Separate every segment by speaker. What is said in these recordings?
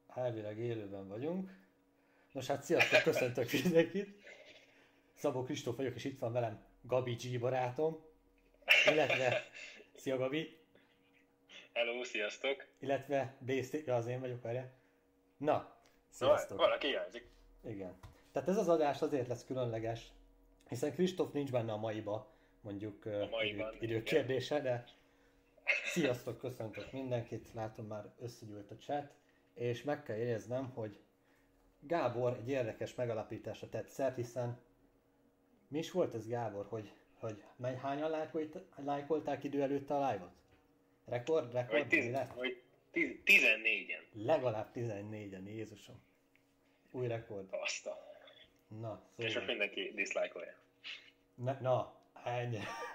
Speaker 1: Elvileg élőben vagyunk. Nos hát sziasztok, köszöntök mindenkit. Szabó Kristóf vagyok, és itt van velem Gabi G barátom, illetve, szia Gabi,
Speaker 2: Hello, sziasztok!
Speaker 1: illetve BST, ja az én vagyok, várjál. Na,
Speaker 2: No,
Speaker 1: sziasztok.
Speaker 2: valaki hiányzik.
Speaker 1: Igen. Tehát ez az adás azért lesz különleges, hiszen Kristóf nincs benne a maiba, mondjuk
Speaker 2: A maiban,
Speaker 1: idő
Speaker 2: igen.
Speaker 1: kérdése, de sziasztok, köszöntök mindenkit, látom már összegyűlt a chat, és meg kell jegyeznem, hogy Gábor egy érdekes megalapításra tett szert, hiszen mi is volt ez, Gábor, hogy hányan lájkolták idő előtt a live-ot?
Speaker 2: Vagy,
Speaker 1: Rekord, mi lett?
Speaker 2: 14-en.
Speaker 1: Legalább 14-en, Jézusom. Új rekord.
Speaker 2: Azt a...
Speaker 1: Na,
Speaker 2: És most
Speaker 1: szóval.
Speaker 2: mindenki diszlájkolja.
Speaker 1: Na, ennyi.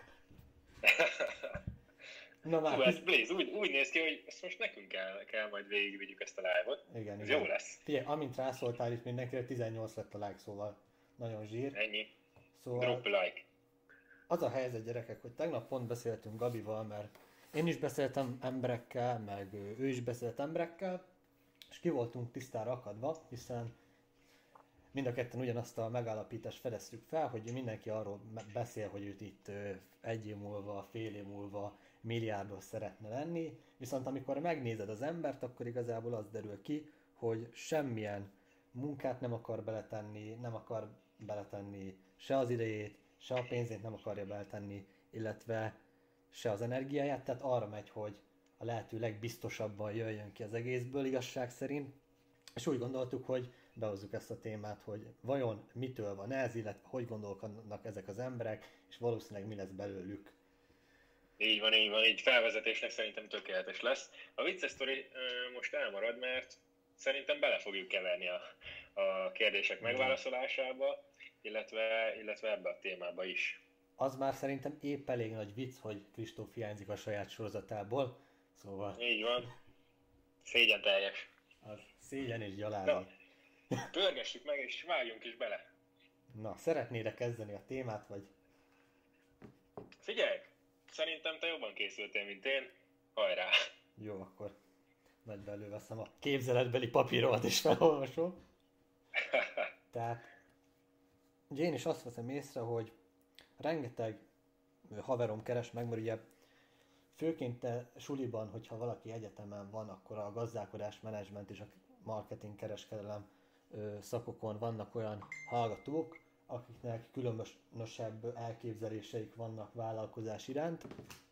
Speaker 1: Na már,
Speaker 2: Hú, ez Blaze úgy néz ki, hogy ezt most nekünk kell majd végigvigyük ezt a live-ot.
Speaker 1: igen,
Speaker 2: Ez
Speaker 1: igen.
Speaker 2: jó lesz.
Speaker 1: Figyelj, amint rászóltál itt mindenkire, 18 lett a like, szóval nagyon zsír.
Speaker 2: Ennyi.
Speaker 1: Szóval
Speaker 2: Drop a like.
Speaker 1: az a helyzet, gyerekek, hogy tegnap pont beszéltünk Gabival, mert én is beszéltem emberekkel, meg ő is beszélt emberekkel, és ki voltunk tisztára akadva, hiszen mind a ketten ugyanazt a megállapítást fedeztük fel, hogy mindenki arról beszél, hogy őt itt egy év múlva, fél év múlva milliárdos szeretne lenni, viszont amikor megnézed az embert, akkor igazából az derül ki, hogy semmilyen munkát nem akar beletenni, nem akar beletenni se az idejét, se a pénzét nem akarja beletenni, illetve se az energiáját, tehát arra megy, hogy a lehető legbiztosabban jöjjön ki az egészből igazság szerint, és úgy gondoltuk, hogy behozzuk ezt a témát, hogy vajon mitől van ez, illetve hogy gondolkodnak ezek az emberek, és valószínűleg mi lesz belőlük.
Speaker 2: Így van, így felvezetésnek szerintem tökéletes lesz. A vicces sztori most elmarad, mert szerintem bele fogjuk keverni a kérdések megválaszolásába, illetve ebbe a témába is.
Speaker 1: Az már szerintem épp elég nagy vicc, hogy Kristóf hiányzik a saját sorozatából, szóval
Speaker 2: Így van. Szégyen teljes.
Speaker 1: az szégyen és
Speaker 2: Na,
Speaker 1: gyalázat.
Speaker 2: pörgessük meg és vágjunk is bele.
Speaker 1: Na, szeretnéd kezdeni a témát, vagy
Speaker 2: Figyelj, szerintem te jobban készültél, mint én. Hajrá!
Speaker 1: jó, akkor nagybe előveszem a képzeletbeli papíromat és felolvasom. Tehát ugye én is azt veszem észre, hogy rengeteg haverom keres meg, mert ugye főként te suliban, hogyha valaki egyetemen van, akkor a gazdálkodás, menedzsment és a marketing kereskedelem szakokon vannak olyan hallgatók, akiknek különösebb elképzeléseik vannak vállalkozás iránt,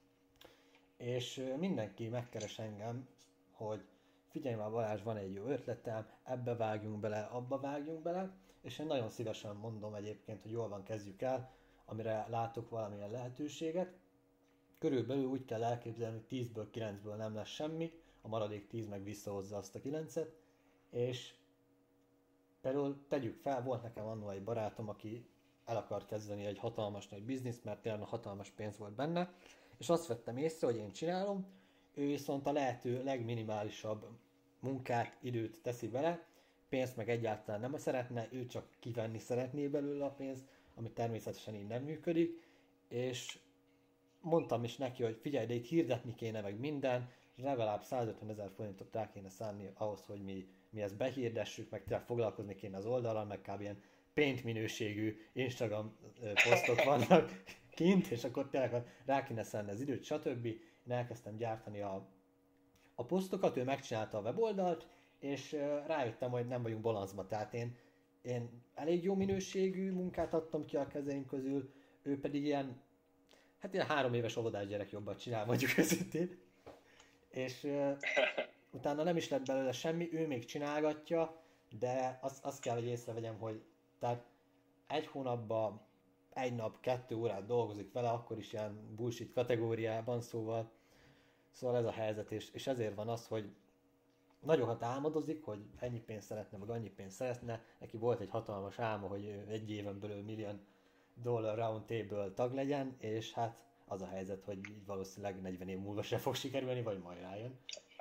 Speaker 1: és mindenki megkeres engem, hogy figyelj már Balázs, van egy jó ötletem, ebbe vágjunk bele, abba vágjunk bele, és én nagyon szívesen mondom egyébként, hogy jól van, kezdjük el, amire látok valamilyen lehetőséget. Körülbelül úgy kell elképzelni, hogy 10-ből 9-ből nem lesz semmi, a maradék 10 meg visszahozza azt a 9-et, és például tegyük fel, volt nekem annól egy barátom, aki el akart kezdeni egy hatalmas nagy bizniszt, mert tényleg hatalmas pénz volt benne, és azt vettem észre, hogy én csinálom, ő viszont a lehető legminimálisabb munkát, időt teszi bele, pénzt meg egyáltalán nem szeretne, ő csak kivenni szeretné belőle a pénzt, ami természetesen így nem működik, és mondtam is neki, hogy figyelj, de itt hirdetni kéne meg minden, és legalább 150 000 forintot rá kéne szánni ahhoz, hogy mi ezt behirdessük, meg tényleg foglalkozni kéne az oldalon, meg kb. Ilyen paint minőségű Instagram posztok vannak kint, és akkor tényleg rá kéne szánni az időt, stb. Én elkezdtem gyártani a posztokat, ő megcsinálta a weboldalt, és rájöttem, hogy nem vagyunk balanszba, tehát én elég jó minőségű munkát adtam ki a kezeim közül, ő pedig ilyen 3 éves óvodás gyerek jobban csinál, mondjuk őszintén. És utána nem is lett belőle semmi, ő még csinálgatja, de azt kell, hogy észrevegyem, hogy tehát egy hónapban, egy nap, 2 órát dolgozik vele, akkor is ilyen bullshit kategóriában, szóval ez a helyzet, és ezért van az, hogy nagyokat álmodozik, hogy ennyi pénzt szeretne, meg annyi pénzt szeretne, neki volt egy hatalmas álma, hogy ő egy éven belül $1 millió round table tag legyen, és hát az a helyzet, hogy így valószínűleg 40 év múlva se fog sikerülni, vagy majd rájön.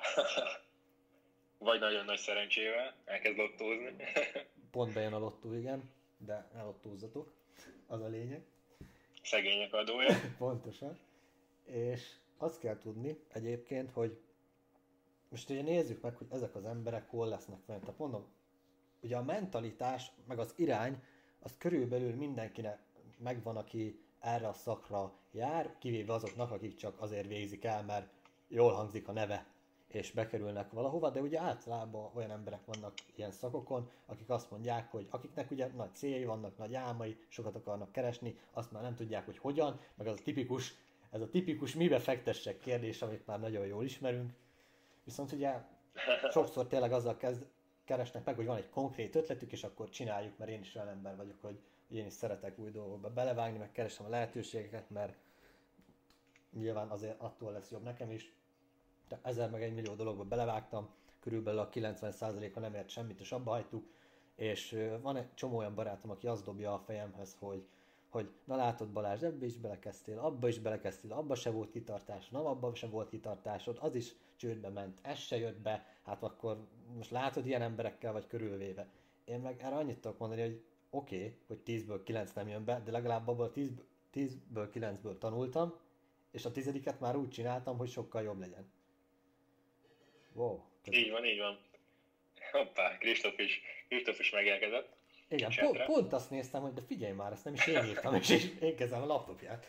Speaker 2: Vagy nagyon nagy szerencsével elkezd lottózni.
Speaker 1: Pont bejön a lottó, igen, de ne lottózzatok, az a lényeg.
Speaker 2: Szegények adója.
Speaker 1: Pontosan. És azt kell tudni egyébként, hogy most ugye nézzük meg, hogy ezek az emberek hol lesznek fent. Tehát mondom, ugye a mentalitás, meg az irány, az körülbelül mindenkinek megvan, aki erre a szakra jár, kivéve azoknak, akik csak azért végzik el, mert jól hangzik a neve, és bekerülnek valahova, de ugye általában olyan emberek vannak ilyen szakokon, akik azt mondják, hogy akiknek ugye nagy céljai vannak, nagy álmai, sokat akarnak keresni, azt már nem tudják, hogy hogyan, meg az a tipikus, ez a tipikus mibe fektessek kérdés, amit már nagyon jól ismerünk. Viszont ugye sokszor tényleg azzal keresnek meg, hogy van egy konkrét ötletük, és akkor csináljuk, mert én is olyan ember vagyok, hogy én is szeretek új dolgokba belevágni, meg keresem a lehetőségeket, mert nyilván azért attól lesz jobb nekem is. De 1000 meg 1 millió dologba belevágtam, körülbelül a 90%-a nem ért semmit, és abba hagytuk, és van egy csomó olyan barátom, aki azt dobja a fejemhez, hogy na látod Balázs, ebbe is belekezdtél, abba is belekezdtél, abba se volt kitartás, nem abba se volt kitartásod, az is csődbe ment, ez se jött be, hát akkor most látod, ilyen emberekkel vagy körülvéve. Én meg erre annyit tudok mondani, hogy oké, hogy 10-ből 9 nem jön be, de legalább abból 10-ből 9-ből tanultam, és a 10-et már úgy csináltam, hogy sokkal jobb legyen. Wow.
Speaker 2: Így van, így van. Hoppá, Kristóf is megérkezett.
Speaker 1: Igen, pont azt néztem, hogy de figyelj már, ezt nem is én írtam, és én kezelem a laptopját.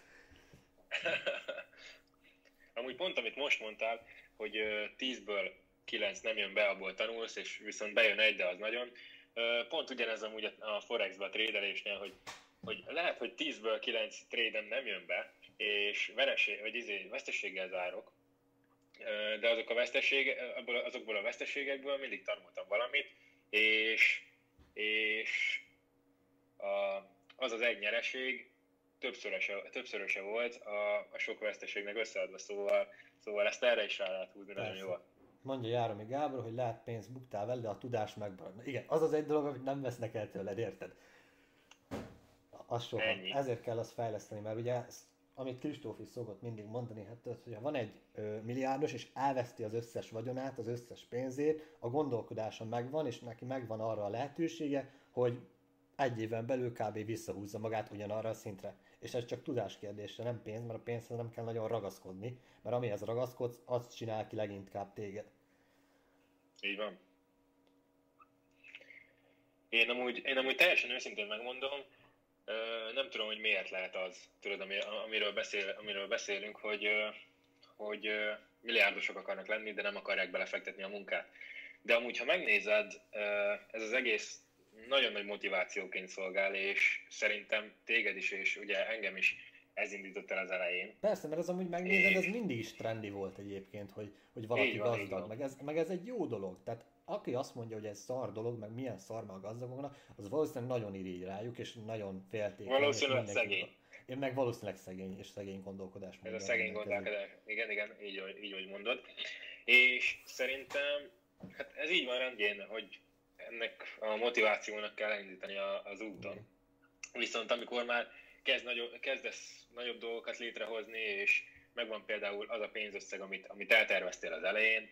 Speaker 2: Amúgy pont, amit most mondtál, hogy 10-ből 9 nem jön be, abból tanulsz, és viszont bejön egy, de az nagyon. Pont ugyanez amúgy a Forex-ben, a trédelésnél, hogy lehet, hogy 10-ből 9 trédem nem jön be, és veszteséggel zárok, de azokból a veszteségekből mindig tanultam valamit, és az egy nyereség többszöröse volt a sok veszteségnek összeadva, szóval ezt erre is rá lehet húzni nagyon jól.
Speaker 1: Mondja Járomi Gábor, hogy lehet pénzt buktál vele, de a tudás megmarad. Igen, az az egy dolog, amit nem vesznek el tőled, érted? Az soha. Ennyi. Ezért kell azt fejleszteni, mert ugye amit Kristóf is szokott mindig mondani, hát az, hogyha van egy milliárdos, és elveszti az összes vagyonát, az összes pénzét, a gondolkodása megvan, és neki megvan arra a lehetősége, hogy egy éven belül kb. Visszahúzza magát ugyanarra a szintre. És ez csak tudás kérdése, nem pénz, mert a pénzhez nem kell nagyon ragaszkodni, mert amihez ragaszkodsz, azt csinál ki leginkább téged.
Speaker 2: Így van. Én amúgy teljesen őszintén megmondom, nem tudom, hogy miért lehet az, tudod, amiről beszélünk, hogy milliárdosok akarnak lenni, de nem akarják belefektetni a munkát. De amúgy, ha megnézed, ez az egész nagyon nagy motivációként szolgál, és szerintem téged is, és ugye engem is ez indított el az elején.
Speaker 1: Persze, mert az amúgy megnézed, ez mindig is trendi volt egyébként, hogy valaki gazdag, meg ez egy jó dolog. Tehát aki azt mondja, hogy ez szar dolog, meg milyen szar már a gazdagoknak, az valószínűleg nagyon irigy rájuk, és nagyon félték.
Speaker 2: Valószínűleg szegény.
Speaker 1: Én meg valószínűleg szegény, és szegény gondolkodás.
Speaker 2: Ez a szegény gondolkodás, igen, így hogy mondod. És szerintem, hát ez így van rendjén, hogy ennek a motivációnak kell elindítani az úton. Viszont amikor már kezdesz nagyobb dolgokat létrehozni, és megvan például az a pénzösszeg, amit elterveztél az elején,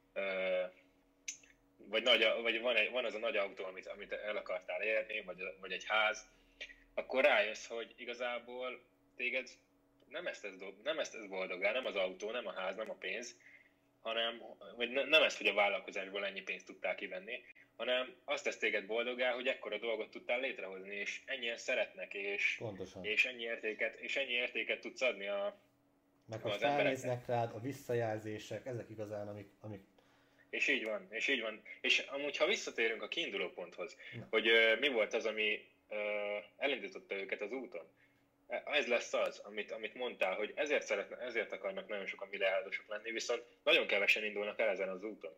Speaker 2: vagy van az a nagy autó, amit el akartál érni, vagy egy ház, akkor rájössz, hogy igazából téged nem ezt tesz boldoggá, nem az autó, nem a ház, nem a pénz, vagy nem ez, hogy a vállalkozásból ennyi pénzt tudtál kivenni, hanem azt tesz téged boldoggá, hogy ekkora dolgot tudtál létrehozni, és ennyien szeretnek, és ennyi értéket tudsz adni
Speaker 1: meg hogy felnéznek rád, a visszajelzések, ezek igazán, amik...
Speaker 2: És így van. És amúgy, ha visszatérünk a kiinduló ponthoz, hogy mi volt az, ami elindította őket az úton, ez lesz az, amit mondtál, hogy ezért akarnak nagyon sokan milliárdosok lenni, viszont nagyon kevesen indulnak el ezen az úton.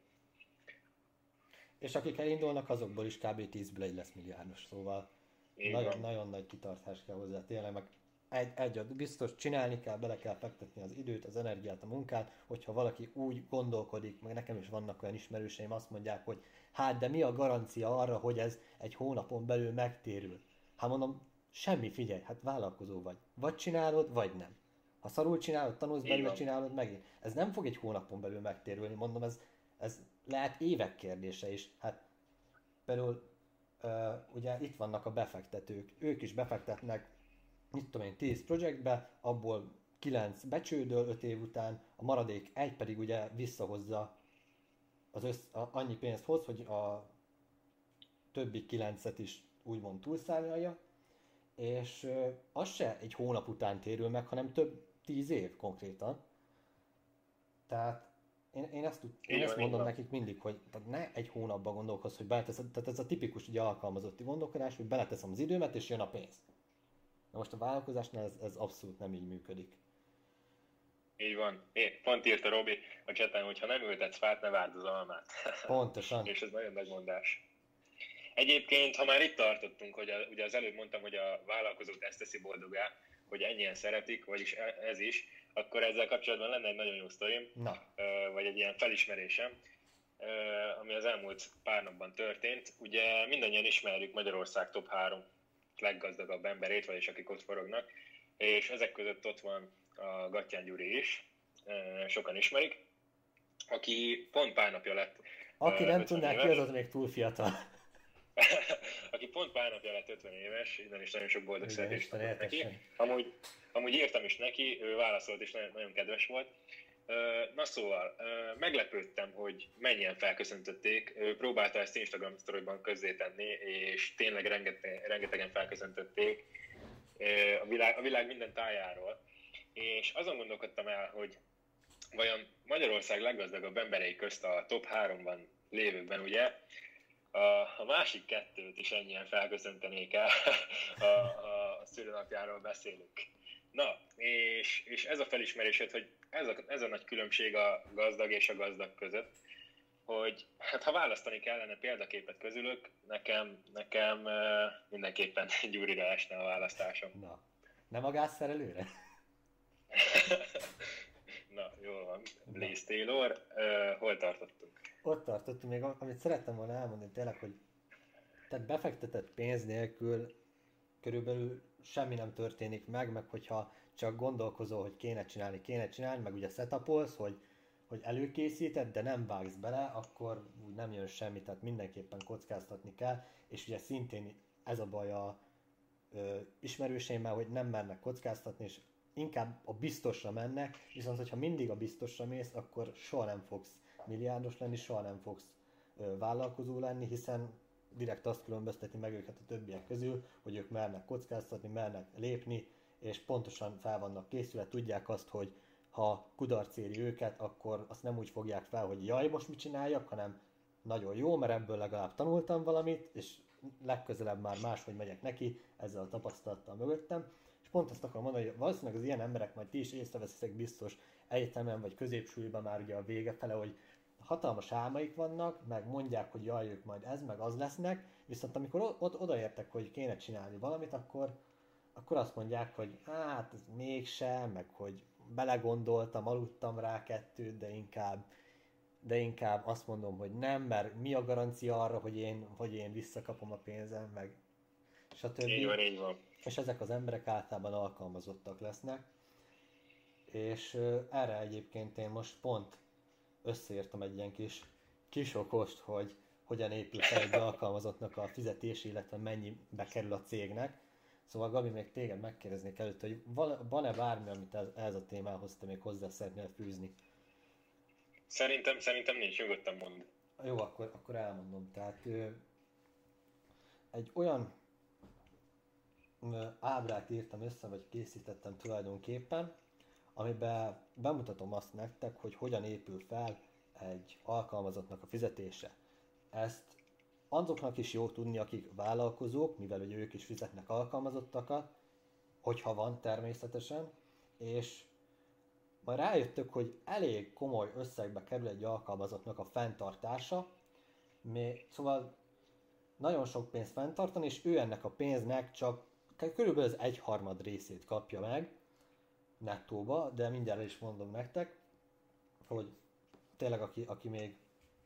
Speaker 1: És akik elindulnak, azokból is kb. 10-ből egy lesz milliárdos, szóval nagyon nagy kitartás kell hozzá, tényleg, meg egyet biztos csinálni kell, bele kell fektetni az időt, az energiát, a munkát, hogyha valaki úgy gondolkodik, meg nekem is vannak olyan ismerőseim, azt mondják, hogy hát de mi a garancia arra, hogy ez egy hónapon belül megtérül? Hát mondom, semmi, figyelj, hát vállalkozó vagy csinálod, vagy nem. Ha szarul csinálod, tanulsz belőle, csinálod megint. Ez nem fog egy hónapon belül megtérülni, mondom, ez lehet évek kérdése is. Hát például ugye itt vannak a befektetők, ők is befektetnek, mit tudom én, 10 projektbe, abból 9 becsődöl 5 év után, a maradék egy pedig ugye visszahozza annyi pénzt hoz, hogy a többi 9-et is úgymond túlszárnyalja, és az se egy hónap után térül meg, hanem több 10 év konkrétan. Tehát én ezt mondom nekik mindig, hogy tehát ne egy hónapban gondolkozz, hogy beleteszed, tehát ez a tipikus ugye alkalmazotti gondolkodás, hogy beleteszem az időmet, és jön a pénz. Na most a vállalkozásnál ez abszolút nem így működik.
Speaker 2: Így van. Pont írta Robi a cseten, hogy ha nem ültetsz fát, ne várd az almát.
Speaker 1: Pontosan.
Speaker 2: És ez nagyon nagy mondás. Egyébként, ha már itt tartottunk, hogy ugye az előbb mondtam, hogy a vállalkozót ezt teszi boldoggá, hogy ennyien szeretik, vagyis ez is, akkor ezzel kapcsolatban lenne egy nagyon jó sztorim, vagy egy ilyen felismerésem, ami az elmúlt pár napban történt. Ugye mindannyian ismerjük Magyarország top 3 leggazdagabb emberét, vagyis akik ott forognak, és ezek között ott van a Gattyán Gyuri is, sokan ismerik, aki pont pár napja lett
Speaker 1: Aki nem tudná ki, az még túl fiatal.
Speaker 2: Aki pont pár napja lett 50 éves, innen is nagyon sok boldog
Speaker 1: születésnapot
Speaker 2: neki. Amúgy írtam is neki, ő válaszolt és nagyon, nagyon kedves volt. Na szóval, meglepődtem, hogy mennyien felköszöntötték. Ő próbálta ezt Instagram sztoriban közzétenni, és tényleg rengetegen felköszöntötték a világ minden tájáról. És azon gondolkodtam el, hogy vajon Magyarország leggazdagabb emberei közt a top 3-ban lévőkben, ugye, a másik kettőt is ennyien felköszöntenék el, a szülőnapjáról beszélünk. Na, és ez a felismerésed, hogy ez a nagy különbség a gazdag és a gazdag között, hogy hát ha választani kellene példaképet közülük, nekem mindenképpen Gyurira esne a választásom.
Speaker 1: Na, nem a gázszerelőre?
Speaker 2: Na, jól van. Blaze Taylor, hol tartottunk?
Speaker 1: Ott tartottunk még, amit szerettem volna elmondani tényleg, hogy tehát befektetett pénz nélkül körülbelül semmi nem történik meg hogyha csak gondolkozol, hogy kéne csinálni, meg ugye setupolsz, hogy előkészíted, de nem vágsz bele, akkor úgy nem jön semmi, tehát mindenképpen kockáztatni kell, és ugye szintén ez a baj a ismerőseimmel, hogy nem mernek kockáztatni, és inkább a biztosra mennek, viszont hogyha mindig a biztosra mész, akkor soha nem fogsz milliárdos lenni, soha nem fogsz vállalkozó lenni, hiszen direkt azt különbözteti meg őket a többiek közül, hogy ők mernek kockáztatni, mernek lépni, és pontosan fel vannak készülve, tudják azt, hogy ha kudarc éri őket, akkor azt nem úgy fogják fel, hogy jaj, most mit csináljak, hanem nagyon jó, mert ebből legalább tanultam valamit, és legközelebb már máshogy megyek neki, ezzel a tapasztalattal mögöttem. És pont azt akarom mondani, hogy valószínűleg az ilyen emberek majd ti is észreveszitek biztos egyetemen vagy középsúlyban már ugye a vége fele, hogy hatalmas álmaik vannak, meg mondják, hogy jaj, ők majd ez, meg az lesznek, viszont amikor odaértek, hogy kéne csinálni valamit, akkor azt mondják, hogy hát ez mégsem, meg hogy belegondoltam, aludtam rá kettőt, de inkább azt mondom, hogy nem, mert mi a garancia arra, hogy én visszakapom a pénzem, meg stb.
Speaker 2: Így van.
Speaker 1: És ezek az emberek általában alkalmazottak lesznek, és erre egyébként én most pont összeírtam egy ilyen kis okost, hogy hogyan épül fel egy alkalmazottnak a fizetés, illetve mennyibe kerül a cégnek. Szóval Gabi, még téged megkérdeznék előtt, hogy van-e bármi, amit ez a témához te még hozzá szeretnél fűzni?
Speaker 2: Szerintem nincs, nyugodtan mond.
Speaker 1: Jó, akkor elmondom. Tehát egy olyan ábrát írtam össze, vagy készítettem tulajdonképpen, amiben bemutatom azt nektek, hogy hogyan épül fel egy alkalmazottnak a fizetése. Ezt azoknak is jó tudni, akik vállalkozók, mivel ugye ők is fizetnek alkalmazottakat, hogyha van természetesen, és majd rájöttök, hogy elég komoly összegbe kerül egy alkalmazottnak a fenntartása, szóval nagyon sok pénzt fenntartani, és ő ennek a pénznek csak körülbelül az 1/3 részét kapja meg nettóba, de mindjárt is mondom nektek, hogy tényleg aki még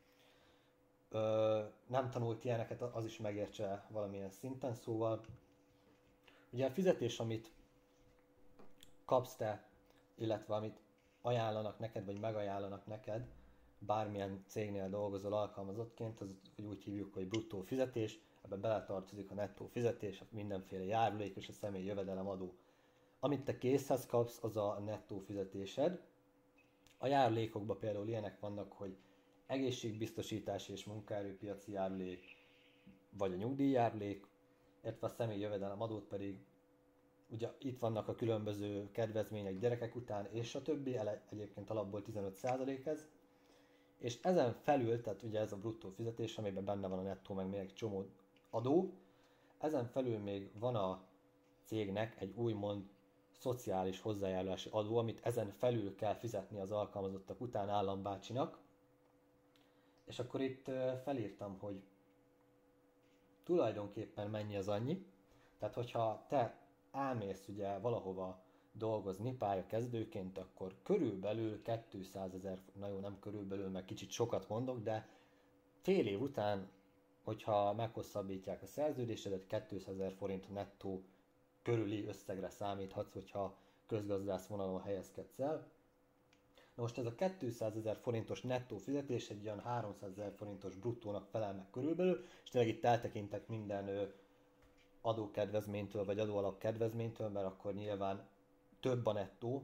Speaker 1: nem tanult ilyeneket, az is megértse valamilyen szinten, szóval ugye a fizetés, amit kapsz te, illetve amit ajánlanak neked, vagy megajánlanak neked, bármilyen cégnél dolgozol alkalmazottként, az úgy hívjuk, hogy bruttó fizetés, ebben beletartozik a nettó fizetés, mindenféle járulék és a személyi jövedelemadó. Amit te készhez kapsz, az a nettó fizetésed. A járulékokban például ilyenek vannak, hogy egészségbiztosítás és munkaerőpiaci járulék, vagy a nyugdíjjárulék, illetve a személyi jövedelemadót pedig, ugye itt vannak a különböző kedvezmények gyerekek után, és a többi, egyébként alapból 15% ez, és ezen felül, tehát ugye ez a bruttó fizetés, amiben benne van a nettó, meg még egy csomó adó, ezen felül még van a cégnek egy úgymond szociális hozzájárulási adó, amit ezen felül kell fizetni az alkalmazottak után állambácsinak. És akkor itt felírtam, hogy tulajdonképpen mennyi az annyi. Tehát, hogyha te elmész ugye valahova dolgozni pályakezdőként, akkor körülbelül 200 000, na jó, nem körülbelül, meg kicsit sokat mondok, de fél év után, hogyha meghosszabbítják a szerződésedet, 200 000 forint nettó körüli összegre számíthatsz, hogyha közgazdász vonalon helyezkedsz el. Na most ez a 200 000 forintos nettó fizetés egy olyan 300 000 forintos bruttónak felel meg körülbelül, és tényleg itt eltekintek minden adókedvezménytől vagy adóalapkedvezménytől, mert akkor nyilván több a nettó.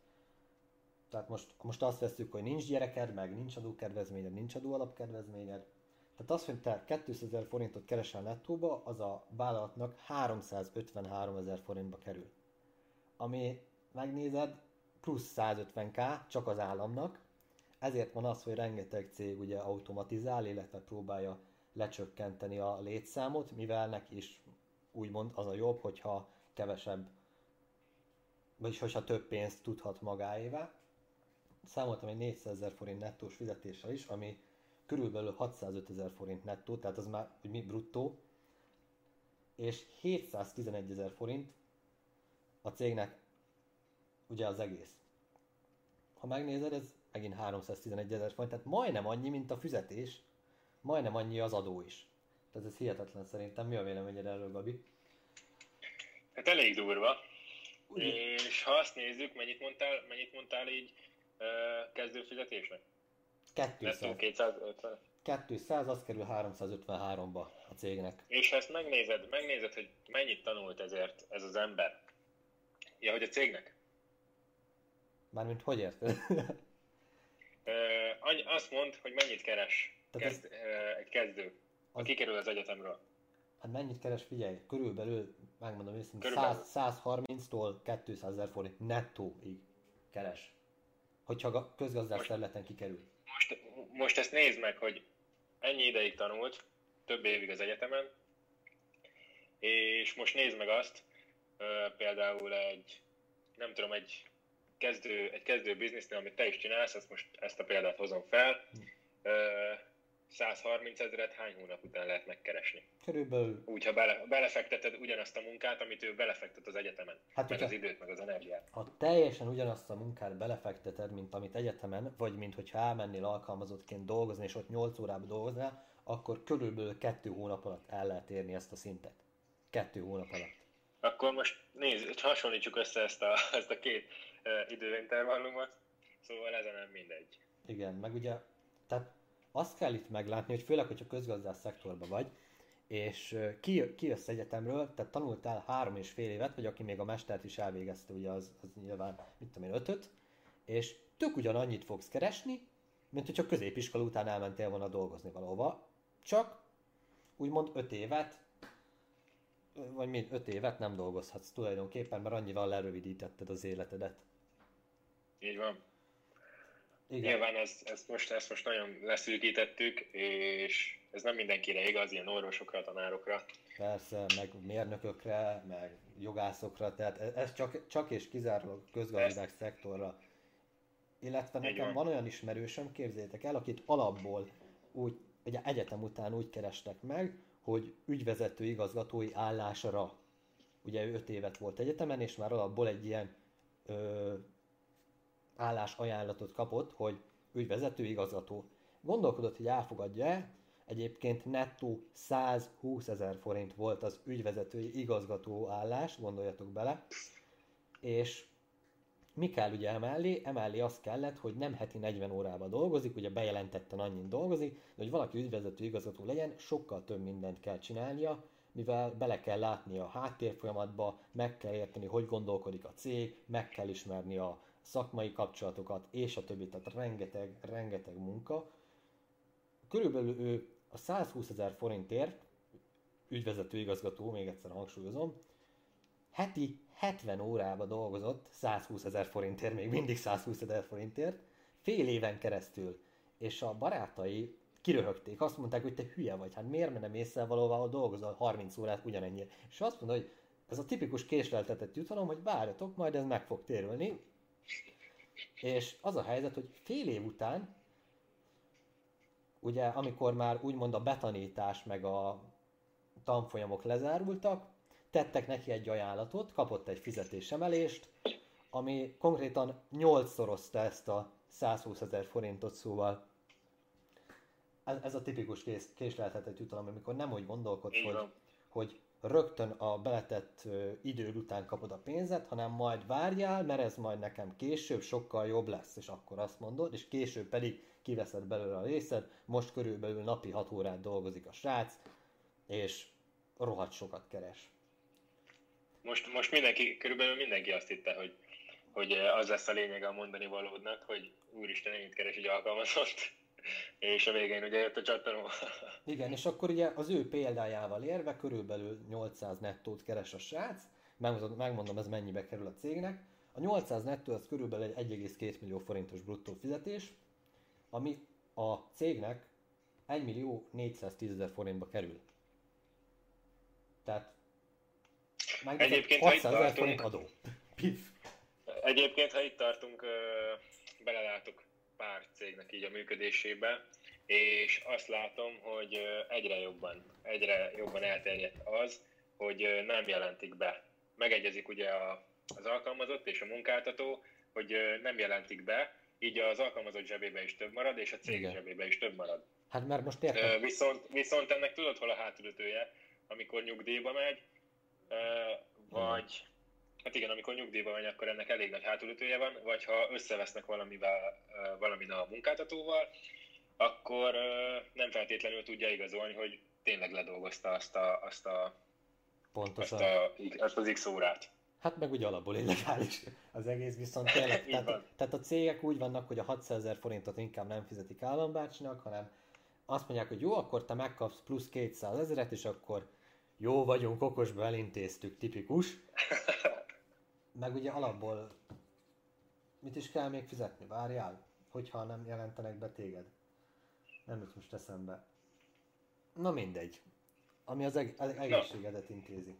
Speaker 1: Tehát most azt veszük, hogy nincs gyereked, meg nincs adókedvezményed, nincs adóalapkedvezményed. Tehát azt, hogy te 200 000 forintot keresel nettóba, az a vállalatnak 353 000 forintba kerül. Ami megnézed, plusz 150k csak az államnak. Ezért van az, hogy rengeteg cég ugye automatizál, illetve próbálja lecsökkenteni a létszámot, mivel neki is úgymond az a jobb, hogyha kevesebb, vagyis hogyha több pénzt tudhat magáévá. Számoltam egy 400 000 forint nettós fizetéssel is, ami körülbelül 605 000 forint nettó, tehát az már hogy mi bruttó, és 711 000 forint a cégnek ugye az egész. Ha megnézed, ez megint 311 000 forint, tehát majdnem annyi, mint a fizetés, majdnem annyi az adó is. Tehát ez hihetetlen szerintem. Mi a véleményed erről, Gabi?
Speaker 2: Hát elég durva.
Speaker 1: Ugye?
Speaker 2: És ha azt nézzük, mennyit mondtál így kezdő fizetésnek?
Speaker 1: 200.
Speaker 2: 250.
Speaker 1: 200, az kerül 353-ba a cégnek.
Speaker 2: És ha ezt megnézed, hogy mennyit tanult ezért ez az ember. Ja, hogy a cégnek?
Speaker 1: Mármint hogy érted?
Speaker 2: Azt mondd, hogy mennyit keres egy kezdő, aki kerül az egyetemről.
Speaker 1: Hát mennyit keres, figyelj, körülbelül, megmondom őszintén, 130-tól 200 000 forint nettóig keres. Hogyha közgazdász területen kikerül.
Speaker 2: Most ezt nézd meg, hogy ennyi ideig tanult, több évig az egyetemen, és most nézd meg azt, például egy kezdő biznisznél, amit te is csinálsz, ezt a példát hozom fel, 130 000-et hány hónap után lehet megkeresni?
Speaker 1: Körülbelül.
Speaker 2: Úgy, ha belefekteted ugyanazt a munkát, amit ő belefektet az egyetemen, hát, meg az időt, meg az energiát.
Speaker 1: Ha teljesen ugyanazt a munkát belefekteted, mint amit egyetemen, vagy mint hogyha elmennél alkalmazottként dolgozni, és ott 8 órában dolgoznál, akkor körülbelül 2 hónap alatt el lehet érni ezt a szintet. 2 hónap alatt.
Speaker 2: Akkor most nézd, hasonlítsuk össze ezt a két időintervallumot, szóval ezen nem mindegy.
Speaker 1: Igen, meg ugye, tehát azt kell itt meglátni, hogy főleg, hogyha közgazdász szektorban vagy, és kijössz egyetemről, tehát tanultál 3,5 évet, vagy aki még a mestert is elvégezte, ugye az nyilván, mit tudom én, 5-öt, és tök ugyanannyit fogsz keresni, mint hogyha középiskola után elmentél volna dolgozni valahova, csak úgymond 5 évet, vagy mind 5 évet nem dolgozhatsz tulajdonképpen, mert annyival lerövidítetted az életedet.
Speaker 2: Így van.
Speaker 1: Igen.
Speaker 2: Nyilván ezt most nagyon leszűkítettük, és ez nem mindenkire igaz, ilyen orvosokra, tanárokra.
Speaker 1: Persze, meg mérnökökre, meg jogászokra, tehát ez csak és kizárólag közgazdák szektorra. Illetve nekem van olyan ismerősöm, képzeljétek el, akit alapból úgy, ugye egyetem után úgy kerestek meg, hogy ügyvezető igazgatói állásra. Ugye ő 5 évet volt egyetemen, és már alapból egy ilyen állásajánlatot kapott, hogy ügyvezető igazgató. Gondolkodott, hogy elfogadja-e, egyébként nettó 120 000 forint volt az ügyvezetői igazgató állás, gondoljatok bele, és mi kell ugye emellé azt kellett, hogy nem heti 40 órában dolgozik, ugye bejelentetten annyit dolgozik, de hogy valaki ügyvezető igazgató legyen, sokkal több mindent kell csinálnia, mivel bele kell látni a háttérfolyamatba, meg kell érteni, hogy gondolkodik a cég, meg kell ismerni a szakmai kapcsolatokat, és a többi, tehát rengeteg munka, körülbelül ő a 120 000 forintért, ügyvezető igazgató, még egyszer hangsúlyozom, heti 70 órába dolgozott 120 000 forintért, még mindig 120 000 forintért, fél éven keresztül. És a barátai kiröhögték, azt mondták, hogy te hülye vagy, hát miért nem észre valóval, ahol dolgozol 30 órát ugyanennyire. És azt mondta, hogy ez a tipikus késleltetett jutalom, hogy várjatok, majd ez meg fog térülni. És az a helyzet, hogy fél év után, ugye amikor már úgymond a betanítás meg a tanfolyamok lezárultak, tettek neki egy ajánlatot, kapott egy fizetésemelést, ami konkrétan 8-szorozta ezt a 120 000 forintot, szóval ez a tipikus késleltetett jutalom, amikor nem úgy gondolkodsz, hogy rögtön a beletett idő után kapod a pénzet, hanem majd várjál, mert ez majd nekem később sokkal jobb lesz, és akkor azt mondod, és később pedig kiveszed belőle a részed, most körülbelül napi 6 órát dolgozik a srác, és rohadt sokat keres.
Speaker 2: Most körülbelül mindenki azt hitte, hogy az lesz a lényege a mondani valódnak, hogy úristen, ennyit keres egy alkalmazott, és a végén ugye jött a csattanó.
Speaker 1: Igen, és akkor ugye az ő példájával érve körülbelül 800 nettót keres a srác, megmondom ez mennyibe kerül a cégnek. A 800 nettó az körülbelül egy 1,2 millió forintos bruttó fizetés, ami a cégnek 1 millió 410 000 forintba kerül. Tehát
Speaker 2: egyébként,
Speaker 1: 600 000 forint adó. Pif.
Speaker 2: Egyébként, ha itt tartunk, belelátok pár cégnek így a működésébe, és azt látom, hogy egyre jobban elterjedt az, hogy nem jelentik be. Megegyezik ugye az alkalmazott és a munkáltató, hogy nem jelentik be, így az alkalmazott zsebébe is több marad, és a cég zsebébe is több marad.
Speaker 1: Hát mert most értem.
Speaker 2: Viszont ennek tudod, hol a hátulütője, amikor nyugdíjba megy, vagy... Hát igen, amikor nyugdíjba megy, akkor ennek elég nagy hátulütője van, vagy ha összevesznek valamin a munkáltatóval, akkor nem feltétlenül tudja igazolni, hogy tényleg ledolgozta azt az X órát.
Speaker 1: Hát meg ugye alapból illegális az egész, viszont tényleg, tehát a cégek úgy vannak, hogy a 600 000 forintot inkább nem fizetik állambácsinak, hanem azt mondják, hogy jó, akkor te megkapsz plusz 200 000, és akkor jó vagyunk, okosba elintéztük, tipikus. Meg ugye alapból mit is kell még fizetni? Várjál, hogyha nem jelentenek be téged. Nem jut most eszembe. Na mindegy. Ami az egészségedet intézi.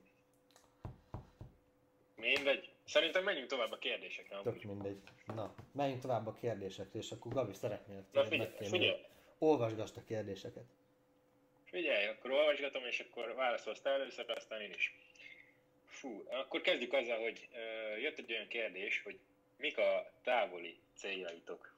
Speaker 2: Mindegy. Szerintem menjünk tovább a kérdésekre.
Speaker 1: Tök mindegy. Na, menjünk tovább a kérdésekre, és akkor Gabi szeretnél
Speaker 2: figyelj.
Speaker 1: Olvasgasd a kérdéseket.
Speaker 2: Figyelj, akkor olvasgatom, és akkor válaszolsz te először, aztán én is. Akkor kezdjük azzal, hogy jött egy olyan kérdés, hogy mik a távoli céljaitok?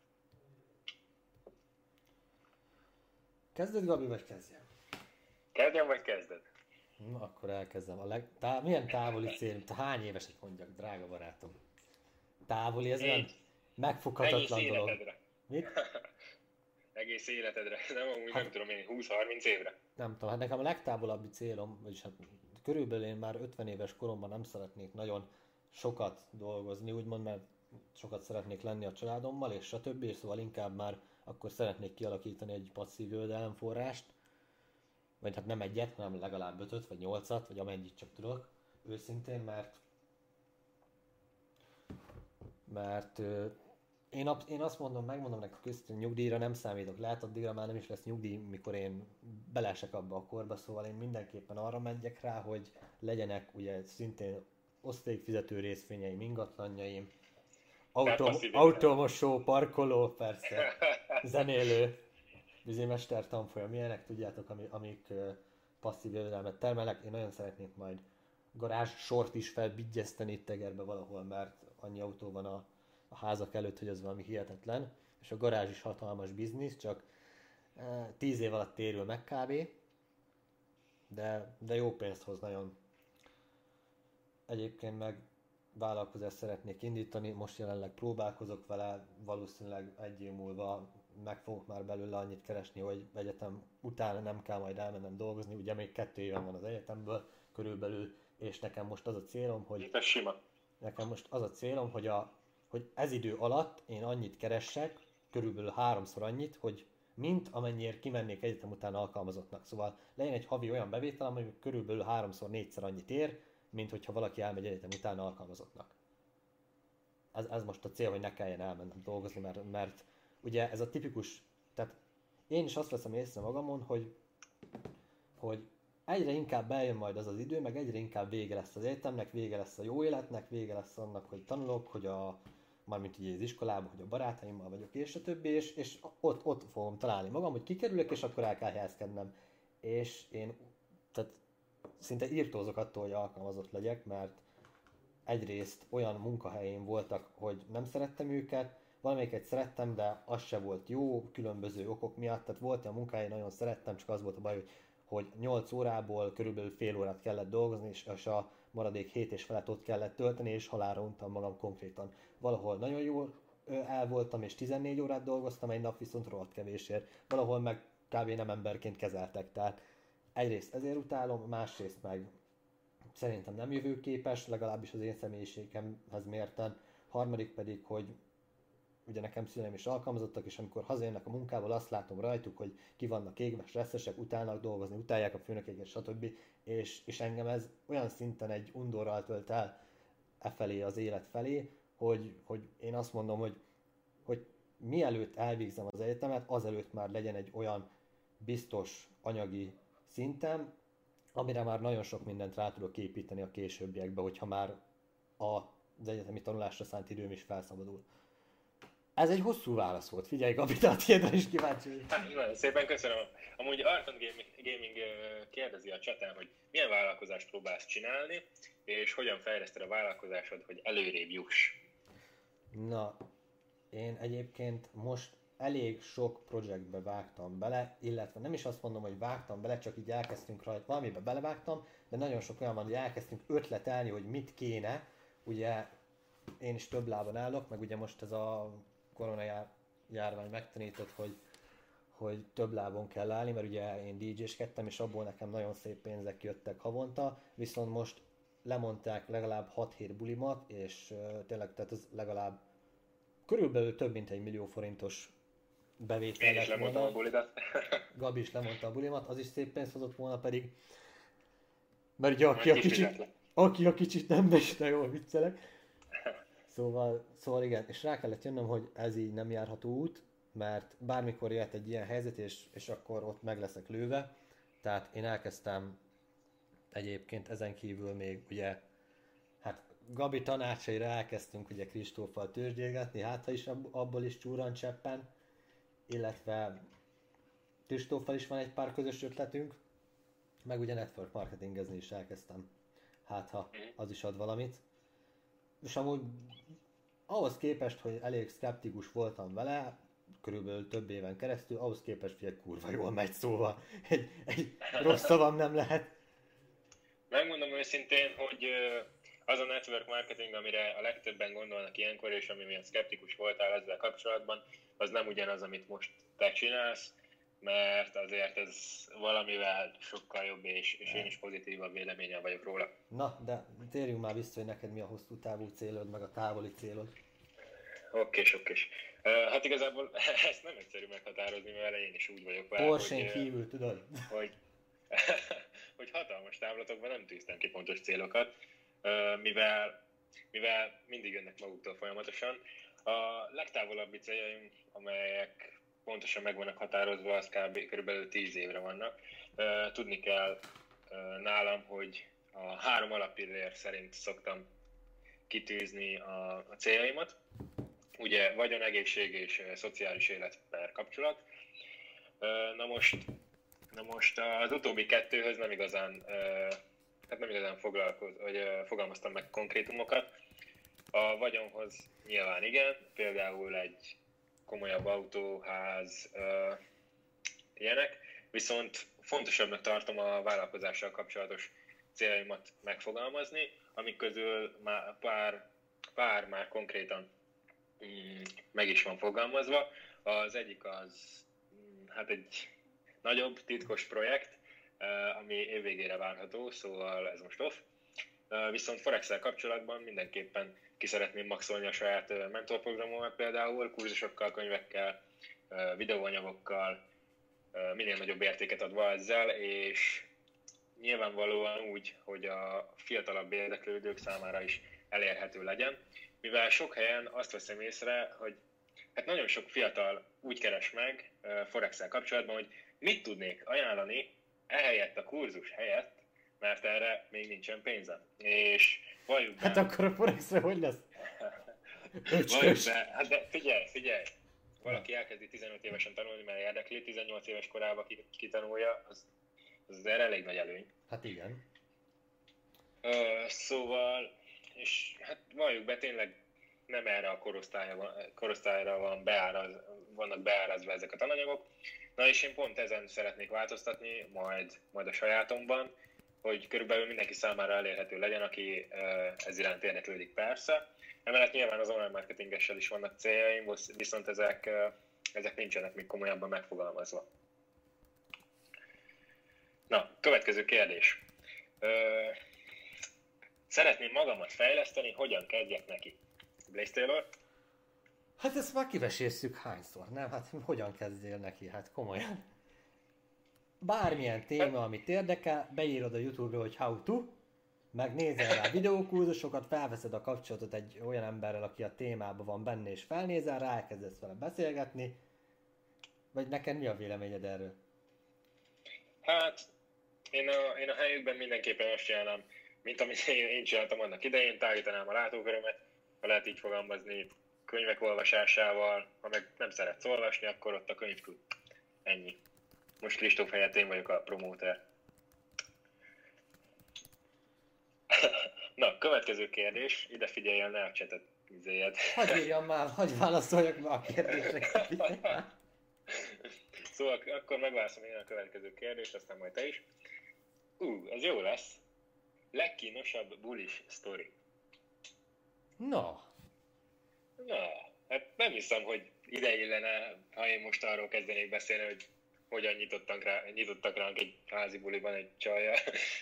Speaker 1: Kezded, Gabi, vagy kezdjem?
Speaker 2: Kezdjem, vagy kezded?
Speaker 1: Na, akkor elkezdem. Milyen távoli cél? Te hány évesek mondjak, drága barátom? Távoli, ez olyan megfoghatatlan dolog.
Speaker 2: Életedre.
Speaker 1: Mit?
Speaker 2: Egész életedre. Nem, amúgy nem tudom én, 20-30 évre.
Speaker 1: Nem tudom, hát nekem a legtávolabbi célom, vagyis hát körülbelül én már 50 éves koromban nem szeretnék nagyon sokat dolgozni, úgymond, mert sokat szeretnék lenni a családommal, és stb. És szóval inkább már akkor szeretnék kialakítani egy passzív jövedelemforrást, vagy hát nem egyet, hanem legalább 5-öt, vagy 8-at, vagy amennyit csak tudok, őszintén, mert én azt megmondom nekik őszintén, nyugdíjra nem számítok, lehet addigra már nem is lesz nyugdíj, mikor én belesek abba a korba, szóval én mindenképpen arra megyek rá, hogy legyenek ugye szintén osztalékfizető részvényeim, ingatlanjaim, automosó, parkoló, persze, zenélő, vízimester tanfolyam, ilyenek, tudjátok, amik passzív jövedelmet termelnek. Én nagyon szeretnék majd garázs sort is felbigyeszteni itt Egerbe valahol, mert annyi autó van a házak előtt, hogy az valami hihetetlen, és a garázs is hatalmas biznisz, csak 10 év alatt térül meg kb. De jó pénzt hoz nagyon. Egyébként meg vállalkozást szeretnék indítani, most jelenleg próbálkozok vele, valószínűleg egy év múlva meg fogok már belőle annyit keresni, hogy egyetem után nem kell majd elmennem dolgozni, ugye még 2 éven van az egyetemből körülbelül, és nekem most az a célom, hogy...
Speaker 2: Ez sima.
Speaker 1: Nekem most az a célom, hogy ez idő alatt én annyit keressek, körülbelül 3-szor annyit, hogy mint amennyiért kimennék egyetem után alkalmazottnak. Szóval legyen egy havi olyan bevétel, ami körülbelül 3-4-szer annyit ér, mint hogyha valaki elmegy egyetem után alkalmazottnak. Ez most a cél, hogy ne kelljen elmennem dolgozni, mert ugye ez a tipikus, tehát én is azt veszem észre magamon, hogy egyre inkább eljön majd az az idő, meg egyre inkább vége lesz az egyetemnek, vége lesz a jó életnek, vége lesz annak, hogy tanulok, hogy mármint ugye az iskolában, hogy a barátaimmal vagyok, és a többi, és ott fogom találni magam, hogy kikerülök, és akkor el kell helyezkednem. És én tehát szinte írtózok attól, hogy alkalmazott legyek, mert egyrészt olyan munkahelyén voltak, hogy nem szerettem őket, valamelyiket szerettem, de az se volt jó, különböző okok miatt, tehát volt olyan munkahely, nagyon szerettem, csak az volt a baj, hogy 8 órából körülbelül fél órát kellett dolgozni, és a maradék 7 és felett ott kellett tölteni, és halálra untam magam konkrétan. Valahol nagyon jól el voltam, és 14 órát dolgoztam, egy nap viszont rohadt kevésért. Valahol meg kb. Nem emberként kezeltek, tehát egyrészt ezért utálom, másrészt meg szerintem nem jövőképes, legalábbis az én személyiségemhez mérten. Harmadik pedig, hogy ugye nekem szüleim is alkalmazottak, és amikor hazajönnek a munkából, azt látom rajtuk, hogy ki vannak égve, stresszesek, utálnak dolgozni, utálják a főnökéket, stb. És engem ez olyan szinten egy undorral tölt el felé az élet felé, hogy én azt mondom, hogy mielőtt elvégzem az egyetemet, azelőtt már legyen egy olyan biztos anyagi szintem, amire már nagyon sok mindent rá tudok építeni a későbbiekbe, hogyha már az egyetemi tanulásra szánt időm is felszabadul. Ez egy hosszú válasz volt. Figyelj, Gabi, tehát tiédre is kíváncsi vagyok.
Speaker 2: Hát, nagyon szépen köszönöm. Amúgy Arton Gaming kérdezi a chaten, hogy milyen vállalkozást próbálsz csinálni, és hogyan fejleszted a vállalkozásod, hogy előrébb juss.
Speaker 1: Na, én egyébként most elég sok projektbe vágtam bele, illetve nem is azt mondom, hogy vágtam bele, csak így elkezdtünk rajta, valamibe belevágtam, de nagyon sok olyan van, hogy elkezdtünk ötletelni, hogy mit kéne. Ugye én is több lábon állok, meg ugye most ez a koronajárvány megtanított, hogy több lábon kell állni, mert ugye én DJ-skedtem, és abból nekem nagyon szép pénzek jöttek havonta, viszont most lemondták legalább 6 bulimat, és tényleg, tehát ez legalább körülbelül több mint 1 millió forintos bevétel
Speaker 2: lett volna. Én is lemondtam a bulidat.
Speaker 1: Gabi is lemondta a bulimat, az is szép pénzt hozott volna pedig. Mert ugye aki a kicsit nem, de is jól viccelek. Szóval igen, és rá kellett jönnöm, hogy ez így nem járható út, mert bármikor jöhet egy ilyen helyzet, és akkor ott meg leszek lőve. Tehát én elkezdtem egyébként ezen kívül még ugye, hát Gabi tanácsaira elkezdtünk ugye Kristóffal tőzsdélgetni, hát ha is abból is csúran cseppen, illetve Kristóffal is van egy pár közös ötletünk, meg ugye network marketingezni is elkezdtem, hát ha az is ad valamit. És amúgy ahhoz képest, hogy elég szkeptikus voltam vele, körülbelül több éven keresztül, ahhoz képest, hogy kurva jól megy, szóval egy rossz szavam nem lehet.
Speaker 2: Megmondom őszintén, hogy az a network marketing, amire a legtöbben gondolnak ilyenkor, és ami milyen szkeptikus voltál ezzel kapcsolatban, az nem ugyanaz, amit most te csinálsz, mert azért ez valamivel sokkal jobb, és én is pozitívabb véleményen vagyok róla.
Speaker 1: Na, de térjünk már vissza, hogy neked mi a hosszú távú célod, meg a távoli célod.
Speaker 2: Oké. Hát igazából ezt nem egyszerű meghatározni, mivel én is úgy vagyok vele,
Speaker 1: Porsén kívül, tudod?
Speaker 2: Hogy hatalmas távlatokban nem tűztem ki pontos célokat, mivel mindig jönnek maguktól folyamatosan. A legtávolabbi céljaim, amelyek pontosan meg vannak határozva, az körülbelül 10 évre vannak. Tudni kell nálam, hogy a 3 alappillér szerint szoktam kitűzni a céljaimat. Ugye vagyon, egészség és szociális élet per kapcsolat. Na most az utóbbi kettőhöz nem igazán fogalmaztam meg konkrétumokat. A vagyonhoz nyilván igen, például egy komolyabb autó, ház, ilyenek, viszont fontosabbnak tartom a vállalkozással kapcsolatos céljaimat megfogalmazni, amik közül pár már konkrétan meg is van fogalmazva. Az egyik az hát egy nagyobb, titkos projekt, ami évvégére várható, szóval ez most off. Viszont Forex-szel kapcsolatban mindenképpen ki szeretném maxolni a saját mentorprogramomat például, kurzusokkal, könyvekkel, videóanyagokkal, minél nagyobb értéket adva ezzel, és nyilvánvalóan úgy, hogy a fiatalabb érdeklődők számára is elérhető legyen, mivel sok helyen azt veszem észre, hogy hát nagyon sok fiatal úgy keres meg Forex-szel kapcsolatban, hogy mit tudnék ajánlani ehelyett a kurzus helyett, mert erre még nincsen pénzem. És valljuk be...
Speaker 1: Hát akkor a Forex-re hogy lesz?
Speaker 2: Valljuk be, hát de figyelj! Valaki elkezdi 15 évesen tanulni, mert érdekli, 18 éves korában kitanulja, az azért elég nagy előny.
Speaker 1: Hát igen.
Speaker 2: Szóval, és hát valljuk be, tényleg nem erre a korosztályra vannak beárazva ezek a tananyagok. Na és én pont ezen szeretnék változtatni, majd a sajátomban, hogy körülbelül mindenki számára elérhető legyen, aki ez iránt érdeklődik persze. Emellett nyilván az online marketingessel is vannak céljaim, viszont ezek nincsenek még komolyabban megfogalmazva. Na, következő kérdés. Szeretném magamat fejleszteni, hogyan kezdjek neki? Blaze Taylor?
Speaker 1: Hát ezt már kivesézzük hányszor, nem? Hát hogyan kezdjél neki? Hát komolyan. Bármilyen téma, amit érdekel, beírod a YouTube-ra, hogy how to, megnézel rá videókurzusokat, felveszed a kapcsolatot egy olyan emberrel, aki a témában van benne, és felnézel rá, elkezdesz vele beszélgetni. Vagy neked mi a véleményed erről?
Speaker 2: Hát, én a helyükben mindenképpen azt csinálnám, mint amit én csináltam annak idején, tágítanám a látókörömet, ha lehet így fogalmazni, könyvek olvasásával, ha meg nem szeretsz olvasni, akkor ott a könyvklub. Ennyi. Most Kristóf helyett én vagyok a promóter. Na, következő kérdés, ide figyeljen, ne a csetet izéljed.
Speaker 1: Hadd írjam már, hadd válaszoljak már a kérdésre.
Speaker 2: Szóval akkor megválaszolom én a következő kérdést, aztán majd te is. Ez jó lesz. Legkínosabb bulis sztori.
Speaker 1: Na,
Speaker 2: hát nem hiszem, hogy ide illene, ha én most arról kezdenék beszélni, hogy hogyan nyitottak ránk egy házi buliban egy csajjal.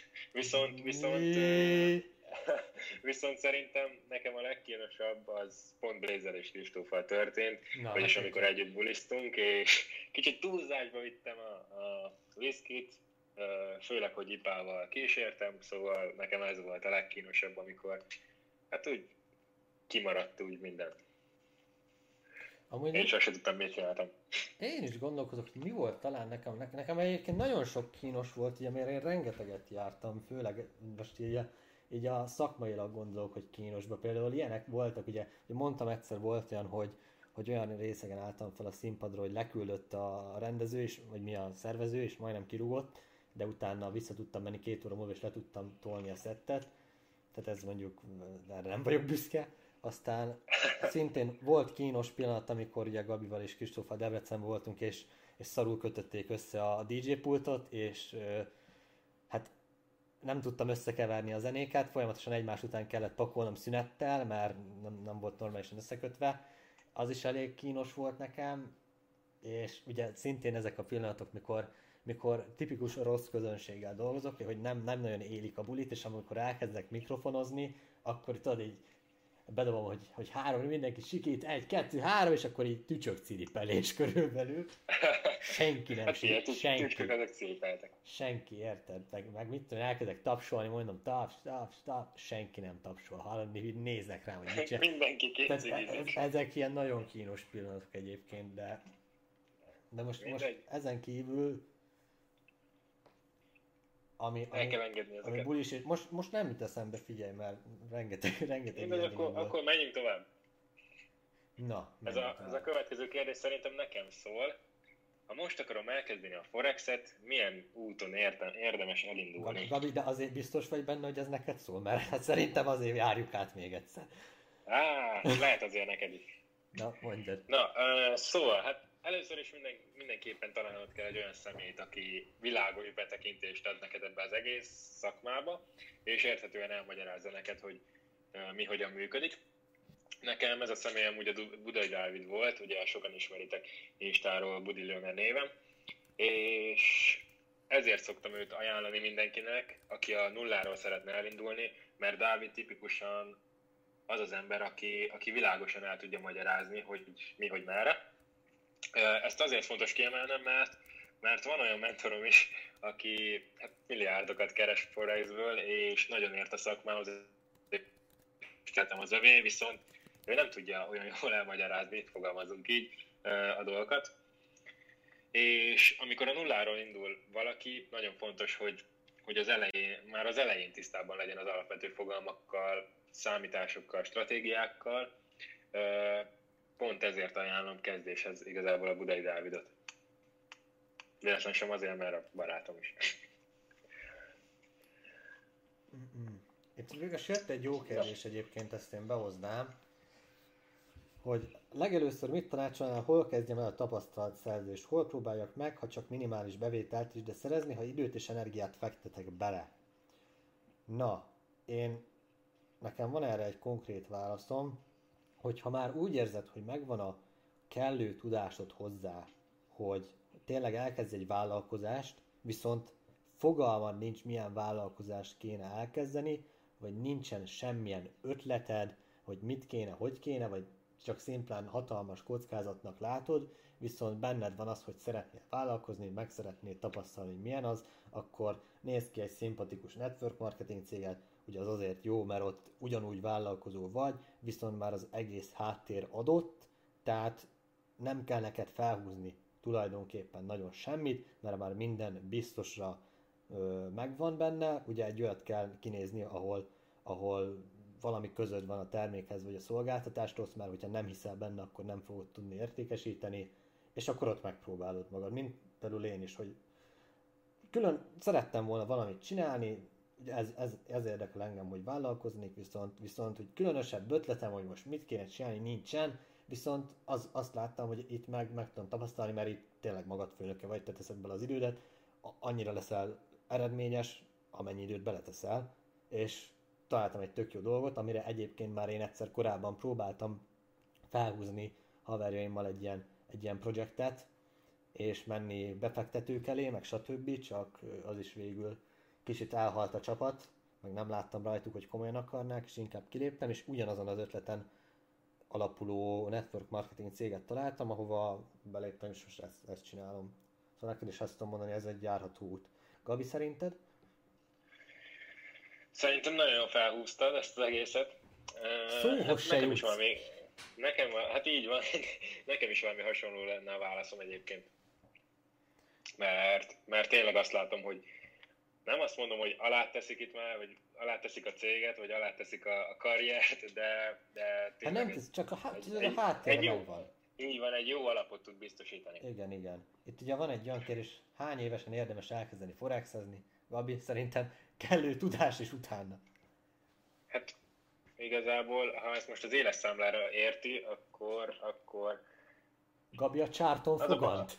Speaker 2: Viszont szerintem nekem a legkínosabb az pont Blazer és Kristóffal történt, vagyis amikor együtt buliztunk, és kicsit túlzásba vittem a whiskyt, főleg, hogy ipával kísértem, szóval nekem ez volt a legkínosabb, amikor hát úgy kimaradt úgy minden.
Speaker 1: Amúgy
Speaker 2: én sem tudtam, mit csináltam.
Speaker 1: Én is gondolkozok, hogy mi volt talán nekem egyébként nagyon sok kínos volt, ugye, mert én rengeteget jártam, főleg most így a szakmailag gondolok, hogy kínosba. Például ilyenek voltak, ugye mondtam egyszer volt olyan, hogy olyan részegen álltam fel a színpadra, hogy leküldött a rendező is, vagy mi a szervező, és majdnem kirúgott, de utána vissza tudtam menni 2 óra múlva, és le tudtam tolni a szettet. Tehát ez mondjuk, erre nem vagyok büszke. Aztán szintén volt kínos pillanat, amikor ugye Gabival és Kristóffal Debrecenben voltunk, és szarul kötötték össze a DJ pultot, és hát nem tudtam összekeverni a zenéket, folyamatosan egymás után kellett pakolnom szünettel, mert nem volt normálisan összekötve. Az is elég kínos volt nekem, és ugye szintén ezek a pillanatok, mikor tipikus rossz közönséggel dolgozok, hogy nem nagyon élik a bulit, és amikor elkezdek mikrofonozni, akkor tudod így bedobom, hogy 3, mindenki sikít, 1, 2, 3, és akkor így tücsök ciripelés körülbelül. Senki nem senki, érted? Meg mit tudom, elkezdek tapsolni, mondom taps, senki nem tapsol, hallani, néznek rám, hogy mit csinál.
Speaker 2: Mindenki kétszízik.
Speaker 1: Ezek ilyen nagyon kínos pillanatok egyébként, de most ezen kívül ami bulis, most nem jut eszembe, figyelj, mert rengeteg
Speaker 2: akkor menjünk tovább.
Speaker 1: Na,
Speaker 2: ez a következő kérdés szerintem nekem szól. Ha most akarom elkezdeni a Forexet, milyen úton érdemes elindulni?
Speaker 1: Gabi, de azért biztos vagy benne, hogy ez neked szól, mert hát szerintem azért járjuk át még egyszer.
Speaker 2: Lehet azért neked is.
Speaker 1: Na, mondjad.
Speaker 2: Na, szóval, hát először is mindenképpen találnod kell egy olyan személyt, aki világos betekintést ad neked ebbe az egész szakmába, és érthetően elmagyarázza neked, hogy mi hogyan működik. Nekem ez a személyem ugye Budai Dávid volt, ugye sokan ismeritek Instáról Budi Lőner néven, és ezért szoktam őt ajánlani mindenkinek, aki a nulláról szeretne elindulni, mert Dávid tipikusan az az ember, aki világosan el tudja magyarázni, hogy mi, hogy merre. Ezt azért fontos kiemelnem, mert van olyan mentorom is, aki hát milliárdokat keres Forexből, és nagyon ért a szakmához, és tettem az övé, viszont ő nem tudja olyan jól elmagyarázni, fogalmazunk így, a dolgokat. És amikor a nulláról indul valaki, nagyon fontos, hogy már az elején tisztában legyen az alapvető fogalmakkal, számításokkal, stratégiákkal. Pont ezért ajánlom kezdéshez igazából a Budai Dávidot. Véletlenül sem azért, mert a barátom is.
Speaker 1: Itt végül jött egy jó kérdés egyébként, ezt én behoznám, hogy legelőször mit tanácsolnál, hol kezdjem el a tapasztalatszerzést, hol próbáljak meg, ha csak minimális bevételt is, de szerezni, ha időt és energiát fektetek bele. Na, nekem van erre egy konkrét válaszom, hogy ha már úgy érzed, hogy megvan a kellő tudásod hozzá, hogy tényleg elkezdj egy vállalkozást, viszont fogalmad nincs, milyen vállalkozást kéne elkezdeni, vagy nincsen semmilyen ötleted, hogy mit kéne, hogy kéne, vagy csak szimplán hatalmas kockázatnak látod, viszont benned van az, hogy szeretnél vállalkozni, meg szeretnél tapasztalni, hogy milyen az, akkor nézd ki egy szimpatikus network marketing céget, ugye az azért jó, mert ott ugyanúgy vállalkozó vagy, viszont már az egész háttér adott, tehát nem kell neked felhúzni tulajdonképpen nagyon semmit, mert már minden biztosra megvan benne, ugye egy olyat kell kinézni, ahol valami között van a termékhez vagy a szolgáltatáshoz, mert hogyha nem hiszel benne, akkor nem fogod tudni értékesíteni, és akkor ott megpróbálod magad, mint például én is, hogy külön szerettem volna valamit csinálni, ugye ez érdekel engem, hogy vállalkoznék, viszont hogy különösebb ötletem, hogy most mit kéne csinálni, nincsen, viszont azt láttam, hogy itt meg tudom tapasztalni, mert itt tényleg magad főnöke vagy, te teszed bele az idődet, annyira leszel eredményes, amennyi időt beleteszel, és találtam egy tök jó dolgot, amire egyébként már én egyszer korábban próbáltam felhúzni haverjaimmal egy ilyen projektet, és menni befektetők elé, meg stb., csak az is végül kicsit elhalt a csapat, meg nem láttam rajtuk, hogy komolyan akarnák, és inkább kiléptem, és ugyanazon az ötleten alapuló network marketing céget találtam, ahova beléptem, és most ezt csinálom. Szóval neked is azt tudom mondani, ez egy járható út. Gabi, szerinted?
Speaker 2: Szerintem nagyon jól felhúztad ezt az egészet.
Speaker 1: Szóhoz se jutsz.
Speaker 2: Hát így van, nekem is valami hasonló lenne a válaszom egyébként. Mert tényleg azt látom, hogy nem azt mondom, hogy aláteszik itt már, vagy aláteszik a céget, vagy aláteszik a karriert, de
Speaker 1: tényleg... Hát nem tesz, csak a háttér megvan.
Speaker 2: Így van, egy jó alapot tud biztosítani.
Speaker 1: Igen. Itt ugye van egy olyan kérdés, hány évesen érdemes elkezdeni forexezni? Gabi, szerintem kellő tudás is utána.
Speaker 2: Hát igazából, ha ezt most az éles számlára érti, akkor...
Speaker 1: Gabi a csárton fogant.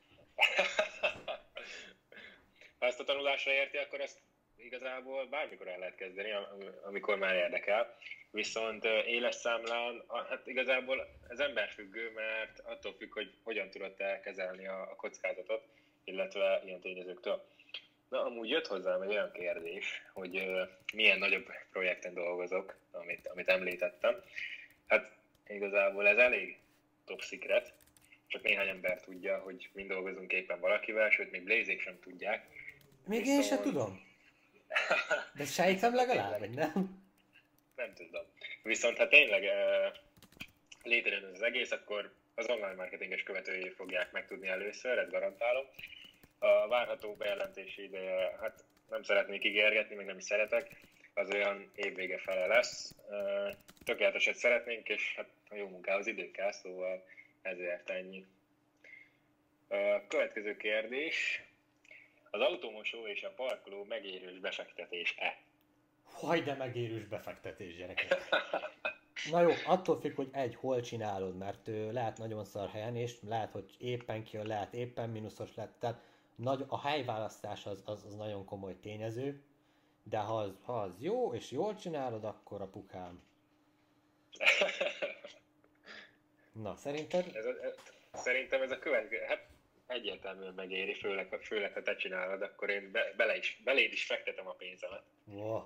Speaker 2: Ha ezt a tanulásra érti, akkor ezt igazából bármikor el lehet kezdeni, amikor már érdekel. Viszont éles számlán, hát igazából ez emberfüggő, mert attól függ, hogy hogyan tudod te kezelni a kockázatot, illetve ilyen tényezőktől. Na, amúgy jött hozzám egy olyan kérdés, hogy milyen nagyobb projekten dolgozok, amit említettem. Hát igazából ez elég top secret, csak néhány ember tudja, hogy mind dolgozunk éppen valakivel, sőt, még Blaze-ék sem tudják.
Speaker 1: Még én sem tudom. De sejtem legalább, vagy nem?
Speaker 2: Nem tudom. Viszont ha tényleg létrejön ez az egész, akkor az online marketinges követői fogják megtudni először, ezt garantálom. A várható bejelentési ideje, hát nem szeretnék ígérgetni, meg nem is szeretek, az olyan évvége fele lesz. Tökéleteset szeretnénk, és hát a jó munkához idő kell, szóval ezért ennyi. Következő kérdés. Az automosó és a parkoló megérős befektetés-e?
Speaker 1: Haj, de megérős befektetés, gyerekek. Na jó, attól függ, hogy hol csinálod, mert lehet nagyon szar helyen, és lehet, hogy éppen kijön, lehet éppen mínuszos lett, tehát a helyválasztás az nagyon komoly tényező, de ha az jó, és jól csinálod, akkor a pukám. Na, szerinted?
Speaker 2: Szerintem ez a következő, hát egyértelműen megéri, főleg ha te csinálod, akkor én beléd is fektetem a pénzemet.
Speaker 1: Wow.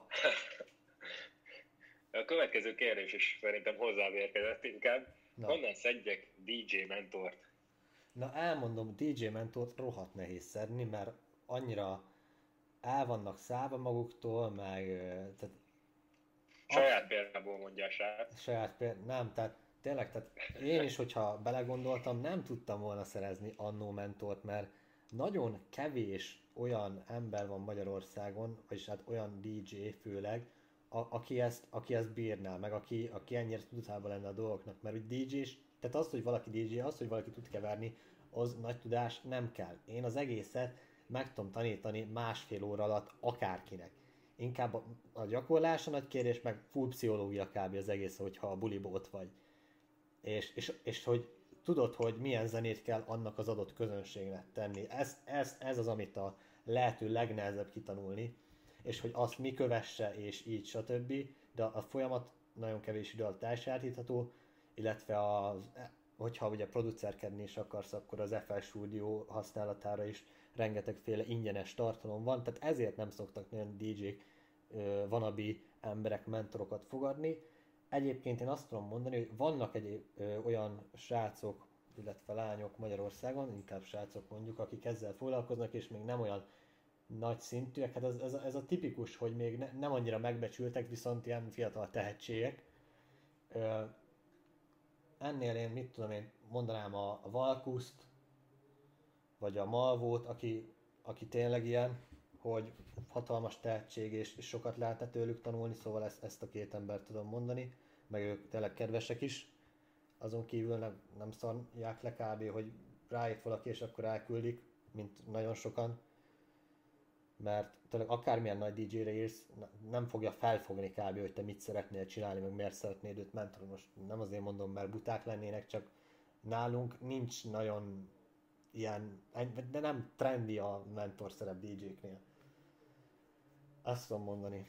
Speaker 2: A következő kérdés is szerintem hozzád érkezett inkább. Na. Honnan szedjek DJ mentort?
Speaker 1: Na elmondom, DJ mentort rohadt nehéz szedni, mert annyira el vannak szállva maguktól, meg tehát
Speaker 2: Saját példából mondja srác.
Speaker 1: nem, tehát tényleg, tehát én is, hogyha belegondoltam, nem tudtam volna szerezni annó mentort, mert nagyon kevés olyan ember van Magyarországon, vagyis hát olyan DJ főleg, aki ezt bírná, meg aki ennyire tudatában lenne a dolgoknak, mert úgy DJ-s, tehát az, hogy valaki DJ, az, hogy valaki tud keverni, az nagy tudás nem kell. Én az egészet meg tudom tanítani másfél óra alatt akárkinek. Inkább a gyakorlás a nagy kérdés, meg full pszichológia kb. Az egész, hogyha a buliba ott vagy. És hogy tudod, hogy milyen zenét kell annak az adott közönségnek tenni. Ez az, amit a lehető legnehezebb kitanulni, és hogy azt mi kövesse, és így stb. De a folyamat nagyon kevés idő alatt elsajátítható, illetve hogyha ugye producerkedni is akarsz, akkor az FL Studio használatára is rengetegféle ingyenes tartalom van, tehát ezért nem szoktak nagyon DJ-k, wannabe emberek mentorokat fogadni. Egyébként én azt tudom mondani, hogy vannak olyan srácok, illetve lányok Magyarországon, inkább srácok mondjuk, akik ezzel foglalkoznak, és még nem olyan nagy szintűek. Hát ez a tipikus, hogy még nem annyira megbecsültek, viszont ilyen fiatal tehetségek. Ennél én, mit tudom én, mondanám a Valkuszt, vagy a Malvót, aki tényleg ilyen, hogy hatalmas tehetség, és sokat lehetne tőlük tanulni, szóval ezt a két embert tudom mondani, meg ők tényleg kedvesek is. Azon kívül nem szarják le kb., hogy ráít valaki, és akkor elküldik, mint nagyon sokan. Mert tényleg akármilyen nagy DJ-re írsz, nem fogja felfogni kb., hogy te mit szeretnél csinálni, meg miért szeretnéd őt mentorolni. Most nem azért mondom, mert buták lennének, csak nálunk nincs nagyon ilyen, de nem trendi a mentor szerep DJ-knél. Azt tudom mondani.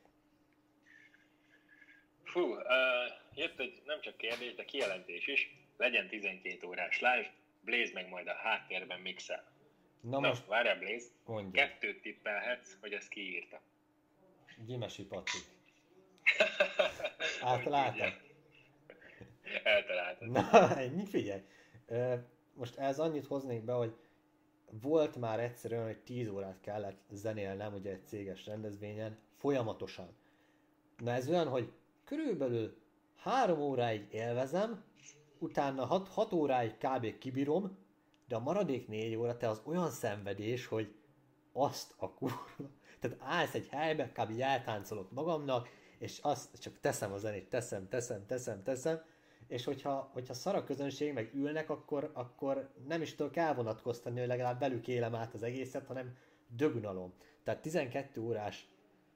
Speaker 2: Jött egy nem csak kérdés, de kijelentés is. Legyen 12 órás live, Blaze meg majd a háttérben mixel. Na most várjál Blaze, mondja. 2 tippelhetsz, hogy ezt kiírta.
Speaker 1: Gyimesi Pati. Eltaláltam.
Speaker 2: Eltaláltad.
Speaker 1: Na, ennyi, figyelj. Most ez annyit hoznék be, hogy volt már egyszer olyan, hogy 10 órát kellett zenélnem, ugye egy céges rendezvényen, folyamatosan. Na ez olyan, hogy körülbelül 3 óráig élvezem, utána 6 óráig kb. Kibírom, de a maradék 4 óra te az olyan szenvedés, hogy azt a kurva. Tehát állsz egy helybe, kb. Eltáncolok magamnak, és azt csak teszem a zenét, teszem, és hogyha szar a közönség, meg ülnek, akkor nem is tudok elvonatkoztatni, hogy legalább velük élem át az egészet, hanem dögunalom. Tehát 12 órás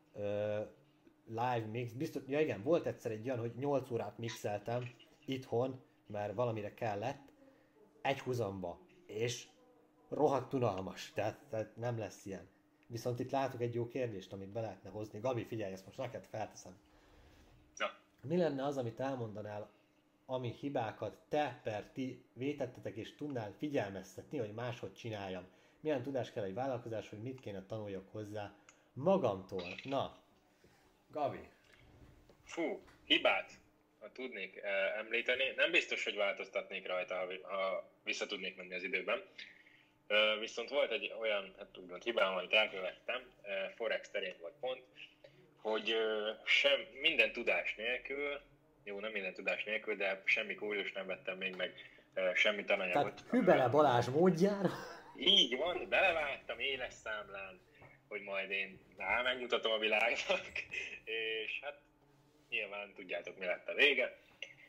Speaker 1: live mix, biztos, ja igen, volt egyszer egy olyan, hogy 8 órát mixeltem itthon, mert valamire kellett, egy húzamba, és rohadt unalmas, tehát nem lesz ilyen. Viszont itt látok egy jó kérdést, amit be lehetne hozni. Gabi, figyelj, ezt most neked felteszem.
Speaker 2: Ja.
Speaker 1: Mi lenne az, amit elmondanál, ami hibákat te per ti vétettetek és tudnál figyelmeztetni, hogy máshogy csináljam? Milyen tudás kell egy vállalkozás, hogy mit kéne tanuljak hozzá magamtól? Na, Gabi.
Speaker 2: Hibát, ha tudnék említeni, nem biztos, hogy változtatnék rajta, ha vissza tudnék menni az időben. Viszont volt egy olyan, hát úgymond hibám, amit elkövettem, Forex terén volt pont, hogy minden tudás nélkül, jó, nem minden tudás nélkül, de semmi kúrius nem vettem még meg, semmi tananyagot.
Speaker 1: Tehát Hübele Balázs módjára?
Speaker 2: Így van, belevágtam éles számlán, hogy majd én megmutatom a világnak, és hát nyilván tudjátok, mi lett a vége.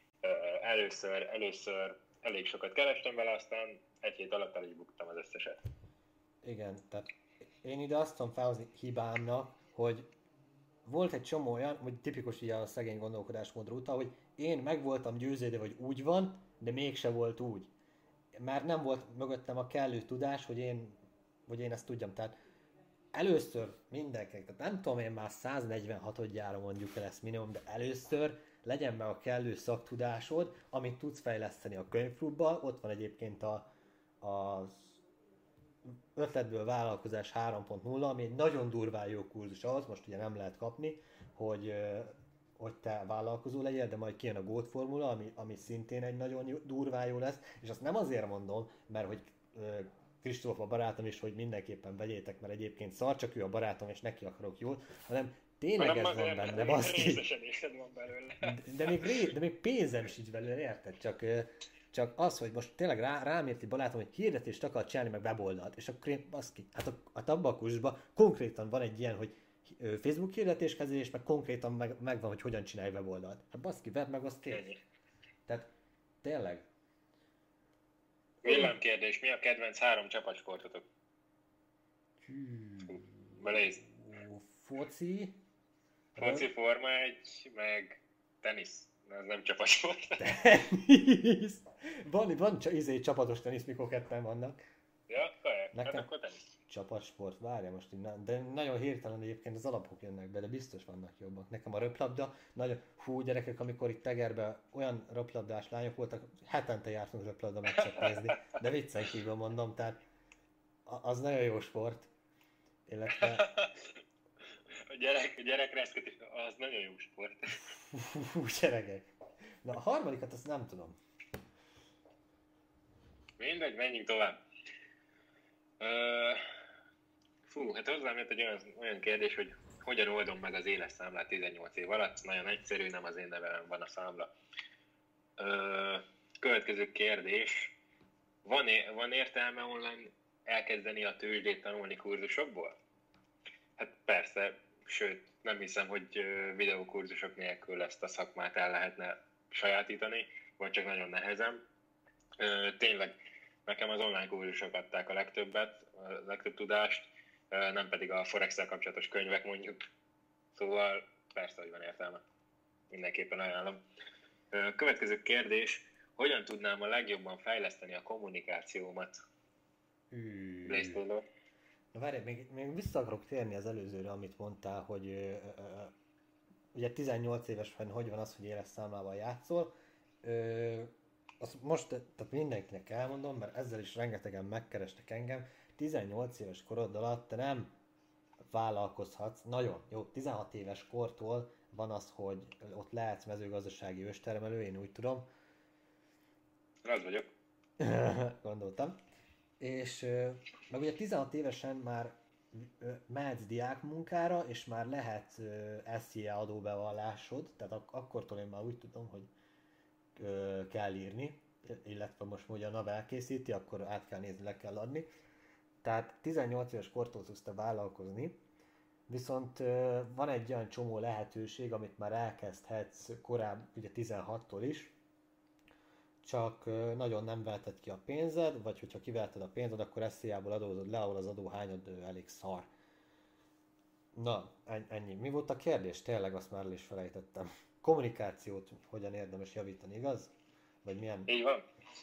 Speaker 2: Először elég sokat kerestem vele, aztán egy hét alatt el is buktam az összeset.
Speaker 1: Igen, tehát én ide azt tudom felhozni hibámnak, hogy volt egy csomó olyan, hogy tipikus ugye a szegény gondolkodásmódra utal, hogy én meg voltam győződve, hogy úgy van, de mégse volt úgy. Mert nem volt mögöttem a kellő tudás, hogy én ezt tudjam. Tehát először mindenkinek, tehát nem tudom, én már 146-odjára mondjuk el ezt minimum, de először legyen meg a kellő szaktudásod, amit tudsz fejleszteni a könyvklubban. Ott van egyébként az ötletből vállalkozás 3.0, ami egy nagyon durván jó kurzus ahhoz, most ugye nem lehet kapni, hogy hogy te vállalkozó legyél, de majd kijön a Goat formula, ami szintén egy nagyon durván jó lesz, és azt nem azért mondom, mert hogy Kristóf a barátom is, hogy mindenképpen vegyétek, mert egyébként szar, csak ő a barátom, és neki akarok jól, hanem tényleg ez van benne, baszki.
Speaker 2: Részesen észed van belőle.
Speaker 1: De még pénzem sincs belőle, érted? Csak az, hogy most tényleg rám írt egy barátom, hogy hirdetést akar csinálni, meg weboldalt, és akkor én, baszki, hát a tabakusban konkrétan van egy ilyen, hogy Facebook hirdetéskezelés, meg konkrétan megvan, hogy hogyan csinálj weboldalt. Hát baszki, vedd meg, azt kész. Tehát tényleg.
Speaker 2: Villámkérdés, mi a kedvenc 3 csapatsportotok? Belézd.
Speaker 1: Foci.
Speaker 2: Foci, Forma 1, meg tenisz. Ez nem csapatsport.
Speaker 1: Tenisz! Van csapatos tenisz, mikor ketten vannak.
Speaker 2: Ja, kajak. Hát akkor tenisz.
Speaker 1: Csapatsport, várja most így, de nagyon hirtelen egyébként az alapok jönnek be, de biztos vannak jobbak. Nekem a röplabda, nagyon, gyerekek, amikor itt Tegerben olyan röplabdás lányok voltak, hetente jártunk röplabda meccset nézni, de viccen kívül mondom, tehát az nagyon jó sport. Illetve...
Speaker 2: a gyerek reszketés, az nagyon jó sport.
Speaker 1: Gyerekek. Na a harmadikat azt nem tudom.
Speaker 2: Mindegy, menjünk tovább. Hát hozzám jött egy olyan kérdés, hogy hogyan oldom meg az éles számlát 18 év alatt. Nagyon egyszerű, nem az én nevemen van a számla. Következő kérdés. Van értelme online elkezdeni a tőzsdét tanulni kurzusokból? Hát persze, sőt, nem hiszem, hogy videókurzusok nélkül ezt a szakmát el lehetne sajátítani, vagy csak nagyon nehezen. Tényleg, nekem az online kurzusok adták a legtöbb tudást, nem pedig a Forex-szel kapcsolatos könyvek mondjuk. Szóval persze, hogy van értelme. Mindenképpen ajánlom. Következő kérdés, hogyan tudnám a legjobban fejleszteni a kommunikációmat? Blaze.
Speaker 1: Na várj, még vissza akarok térni az előzőre, amit mondtál, hogy ugye 18 évesen hogy van az, hogy éles számlával játszol. Azt most tehát mindenkinek elmondom, mert ezzel is rengetegen megkerestek engem. 18 éves korod alatt te nem vállalkozhatsz. Nagyon jó, 16 éves kortól van az, hogy ott lehetsz mezőgazdasági őstermelő, én úgy tudom.
Speaker 2: Az vagyok.
Speaker 1: Gondoltam. És meg ugye 16 évesen már mehetsz diákmunkára, és már lehet SZIA adóbevallásod, tehát akkortól én már úgy tudom, hogy kell írni, illetve most ugye a NAV elkészíti, akkor át kell nézni, le kell adni. Tehát 18 éves kortól tudsz te vállalkozni, viszont van egy olyan csomó lehetőség, amit már elkezdhetsz korábban, ugye 16-tól is, csak nagyon nem veheted ki a pénzed, vagy hogyha kiveheted a pénzed, akkor SZIA-ból adózod le, ahol az adóhányad elég szar. Na, ennyi. Mi volt a kérdés? Tényleg azt már el is felejtettem. Kommunikációt hogyan érdemes javítani, igaz? Vagy milyen?
Speaker 2: Így van.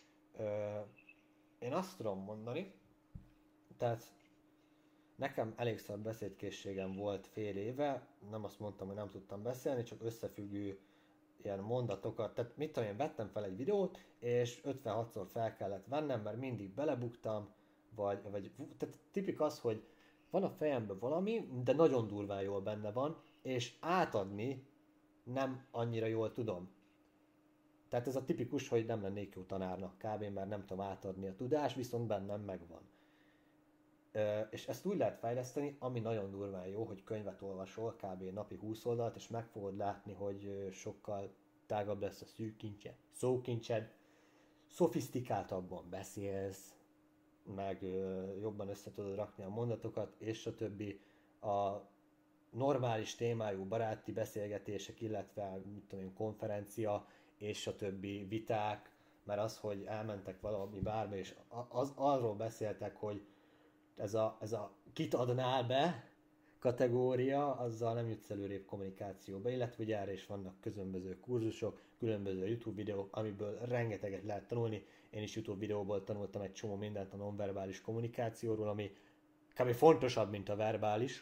Speaker 1: Én azt tudom mondani, tehát nekem elég beszédkészségem volt fél éve, nem azt mondtam, hogy nem tudtam beszélni, csak összefüggő ilyen mondatokat, tehát mit tudom én, vettem fel egy videót, és 56-szor fel kellett vennem, mert mindig belebuktam, vagy tehát tipik az, hogy van a fejemben valami, de nagyon durván jól benne van, és átadni nem annyira jól tudom. Tehát ez a tipikus, hogy nem lennék jó tanárnak kb. Mert nem tudom átadni a tudást, viszont bennem megvan. És ezt úgy lehet fejleszteni, ami nagyon durván jó, hogy könyvet olvasol, kb. Napi 20 oldalt, és meg fogod látni, hogy sokkal tágabb lesz a szókincsed, szofisztikáltabban beszélsz, meg jobban össze tudod rakni a mondatokat, és a többi. A normális témájú baráti beszélgetések, illetve mit tudom én, konferencia, és a többi viták, mert az, hogy elmentek valami bármi, és arról beszéltek, hogy ez a kit adnál be kategória, azzal nem jutsz előrébb kommunikációba, illetve ugye erre is vannak különböző kurzusok, különböző YouTube videók, amiből rengeteget lehet tanulni. Én is YouTube videóból tanultam egy csomó mindent a nonverbális kommunikációról, ami kb. Fontosabb, mint a verbális.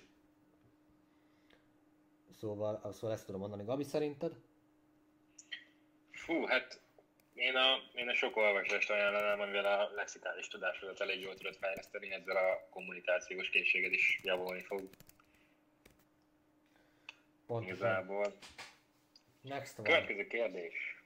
Speaker 1: Szóval ezt tudom mondani. Gabi, szerinted?
Speaker 2: Hát én a sok olvasást ajánlanám, amivel a lexikális tudásodat elég jól tudod fejleszteni, ezzel a kommunikációs készséged is javulni fog.
Speaker 1: Pontosan.
Speaker 2: Igazából.
Speaker 1: Next one.
Speaker 2: Következő kérdés.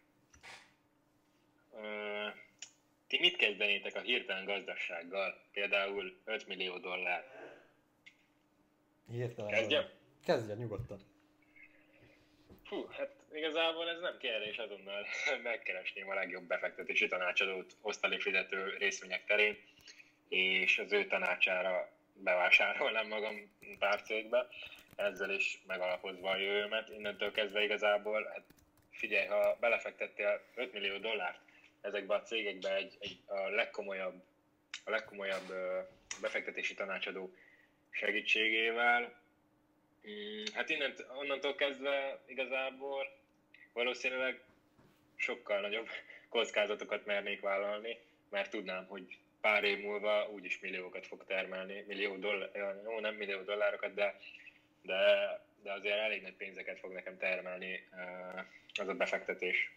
Speaker 2: Ti mit kezdenétek a hirtelen gazdasággal? Például 5 millió dollár.
Speaker 1: Hirtelen.
Speaker 2: Kezdjem?
Speaker 1: Kezdjem nyugodtan.
Speaker 2: Fú, hát igazából ez nem kérdés, azonnal megkeresném a legjobb befektetési tanácsadót osztalékfizető részvények terén, és az ő tanácsára bevásárolnám magam pár cégbe, ezzel is megalapozva a jövőmet. Innentől kezdve igazából, hát figyelj, ha belefektettél 5 millió dollárt ezekbe a cégekbe a legkomolyabb befektetési tanácsadó segítségével, hát onnantól kezdve igazából valószínűleg sokkal nagyobb kockázatokat mernék vállalni, mert tudnám, hogy pár év múlva úgyis milliókat fog termelni, nem millió dollárokat, de azért elég nagy pénzeket fog nekem termelni az a befektetés.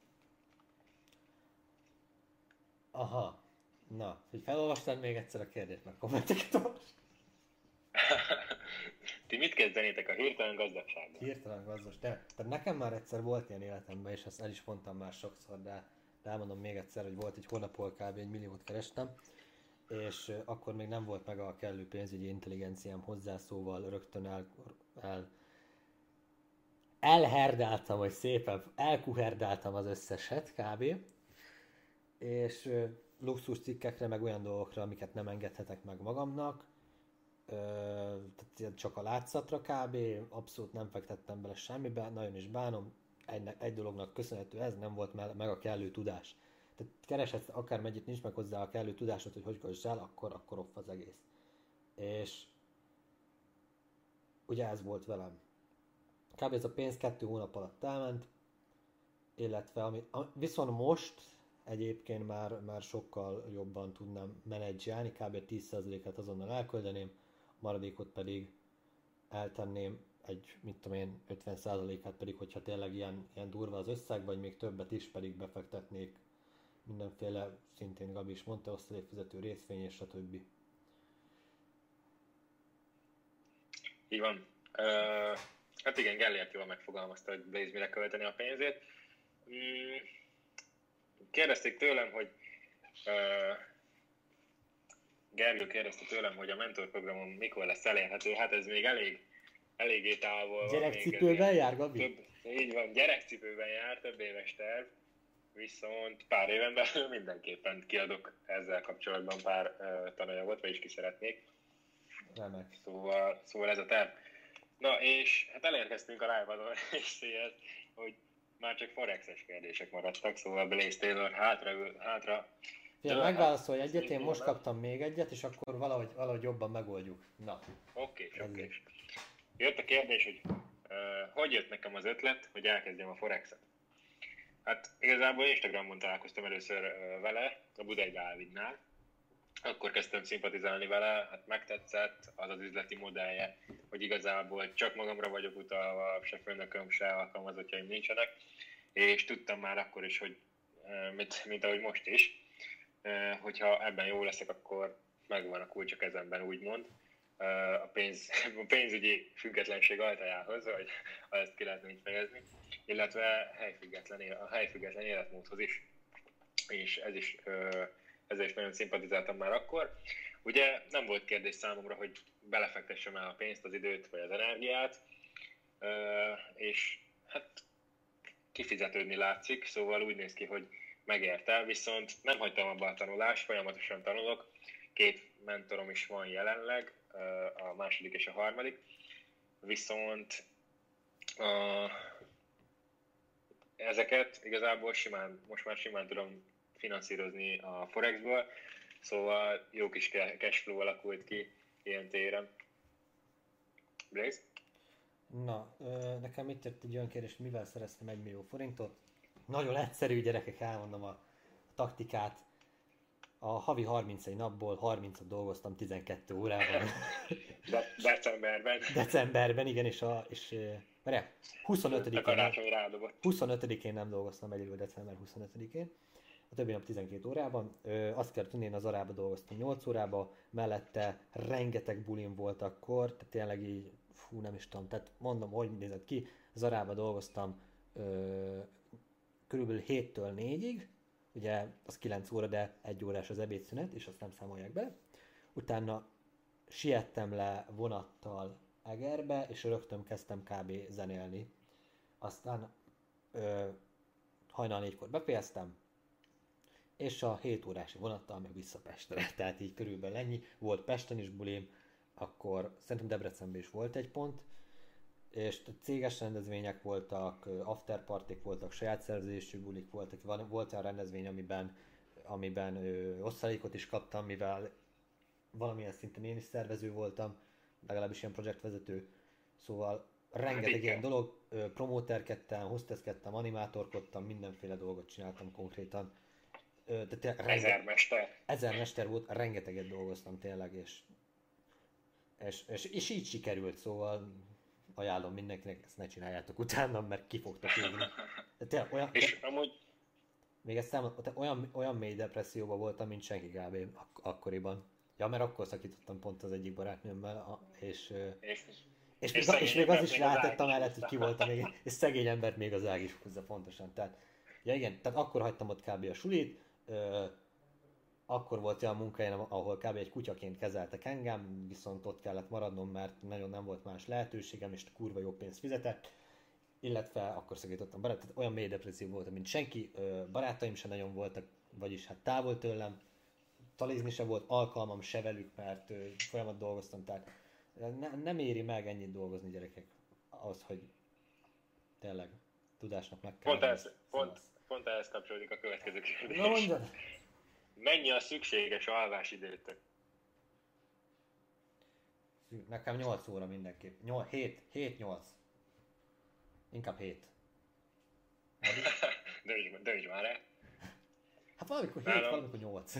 Speaker 1: Aha. Na, hogy felolvastad még egyszer a kérdést, meg kommenteket olvasd.
Speaker 2: Ti mit kezdenétek a hirtelen gazdagsággal?
Speaker 1: Hirtelen gazdag. Tehát nekem már egyszer volt ilyen életemben, és ezt el is mondtam már sokszor, de elmondom még egyszer, hogy volt egy hónap, ahol kb. 1 milliót kerestem, és akkor még nem volt meg a kellő pénzügyi intelligenciám hozzá, szóval rögtön elherdáltam, vagy szépen elkuherdáltam az összeset kb. És luxus cikkekre, meg olyan dolgokra, amiket nem engedhetek meg magamnak, tehát csak a látszatra kb. Abszolút nem fektettem bele semmibe, nagyon is bánom, egy dolognak köszönhető ez, nem volt meg a kellő tudás. Tehát kereshetsz akármennyit, nincs meg hozzá a kellő tudásod, hogy kössd akkor off az egész. És ugye ez volt velem. Kb. Ez a pénz 2 hónap alatt elment, illetve viszont most egyébként már sokkal jobban tudnám menedzselni, kb. 10%-át azonnal elkölteném, maradékot pedig eltenném, mit tudom én, 50%-át pedig, hogyha tényleg ilyen durva az összeg, vagy még többet is pedig befektetnék mindenféle, szintén Gabi is mondta, osztalékfizető részvény és stb.
Speaker 2: Így van. Hát igen, Gellért jól megfogalmazta, hogy Blaze mire költeni a pénzét. Kérdezték tőlem, hogy Gergő kérdezte tőlem, hogy a mentorprogramom mikor lesz elérhető. Hát ez még eléggé távol van.
Speaker 1: Gyerekcipőben jár, Gabi?
Speaker 2: Így van, gyerekcipőben jár, több éves terv. Viszont pár éven belül mindenképpen kiadok ezzel kapcsolatban pár tananyagot, vagyis ki szeretnék.
Speaker 1: Remek.
Speaker 2: Szóval ez a terv. Na és hát elérkeztünk a live-adó részéhez, hogy már csak forex-es kérdések maradtak, szóval Blaze Taylor hátra.
Speaker 1: Figyelj, megválaszolj egyet, én most kaptam még egyet, és akkor valahogy jobban megoldjuk. Na.
Speaker 2: Oké. Jött a kérdés, hogy hogy jött nekem az ötlet, hogy elkezdjem a forexet. Hát igazából Instagramon találkoztam először vele, a Budai Dávidnál. Akkor kezdtem szimpatizálni vele, hát megtetszett az az üzleti modellje, hogy igazából csak magamra vagyok utalva, se főnököm, se alkalmazottjaim nincsenek, és tudtam már akkor is, hogy mint ahogy most is, hogyha ebben jó leszek, akkor megvan a kulcs a kezemben, úgymond, a pénzügyi függetlenség ajtajához, vagy ha ezt ki lehetne így fejezni, illetve a helyfüggetlen életmódhoz is, és ezzel is nagyon szimpatizáltam már akkor. Ugye nem volt kérdés számomra, hogy belefektessem el a pénzt, az időt vagy az energiát, és hát kifizetődni látszik, szóval úgy néz ki, hogy megérte, viszont nem hagytam abba a tanulást, folyamatosan tanulok, 2 mentorom is van jelenleg, a második és a harmadik, viszont ezeket igazából most már simán tudom finanszírozni a Forexből, szóval jó kis cashflow alakult ki ilyen téren. Blaze?
Speaker 1: Na, nekem itt jött egy olyan kérdés, mivel szereztem 1 millió forintot. Nagyon egyszerű, gyerekek, elmondom a taktikát. A havi 31 napból 30-at dolgoztam 12 órában. Decemberben, igen, és 25-én nem dolgoztam egyedül, december 25-én. A többi nap 12 órában. Azt kell tudni, én az Zarába dolgoztam 8 órába, mellette rengeteg bulin volt akkor, tehát tényleg így, nem is tudom, tehát mondom, hogy nézett ki. Zarába dolgoztam körülbelül 7-től 4-ig, ugye az 9 óra, de 1 órás az ebédszünet, és azt nem számolják be. Utána siettem le vonattal Egerbe, és rögtön kezdtem kb. Zenélni. Aztán hajnal 4-kor befejeztem, és a 7 órási vonattal meg vissza Pestre. Tehát így körülbelül ennyi. Volt Pesten is bulim, akkor szerintem Debrecenben is volt egy pont, és céges rendezvények voltak, afterpartik voltak, saját szerződésű bulik voltak, volt olyan rendezvény, amiben osztalékot is kaptam, mivel valamilyen szinten én is szervező voltam, legalábbis ilyen projektvezető, szóval rengeteg ilyen dolog, promóterkedtem, hostesskedtem, animátorkodtam, mindenféle dolgot csináltam konkrétan. Ezer mester volt, rengeteget dolgoztam tényleg, és így sikerült, szóval ajánlom mindenkinek, ezt ne csináljátok utána, mert ki fogtok égni.
Speaker 2: És amúgy...
Speaker 1: Még ezt olyan mély depresszióban voltam, mint senki kb. Akkoriban. Ja, mert akkor szakítottam pont az egyik barátnőmmel, és még az is rátett amellett, hogy ki voltam még, és szegény embert még az ág is húzza pontosan. Tehát, ja igen, tehát akkor hagytam ott kb. A sulit, akkor volt olyan munkahelyen, ahol kb. Egy kutyaként kezeltek engem, viszont ott kellett maradnom, mert nagyon nem volt más lehetőségem, és kurva jó pénzt fizetett, illetve akkor szakítottam barát, tehát olyan mély depresszió voltam, mint senki, barátaim sem nagyon voltak, vagyis hát távol tőlem, talizni se volt alkalmam se velük, mert folyamat dolgoztam, tehát nem éri meg ennyit dolgozni, gyerekek, ahhoz, hogy tényleg tudásnak meg kell.
Speaker 2: Pont ehhez kapcsolódik a következő kérdés.
Speaker 1: Na mondjad!
Speaker 2: Mennyi a szükséges alvásidőtök?
Speaker 1: Nekem 8 óra mindenképp. 7-8. Inkább 7.
Speaker 2: Dönts már el.
Speaker 1: Hát valamikor 7, valamikor 8.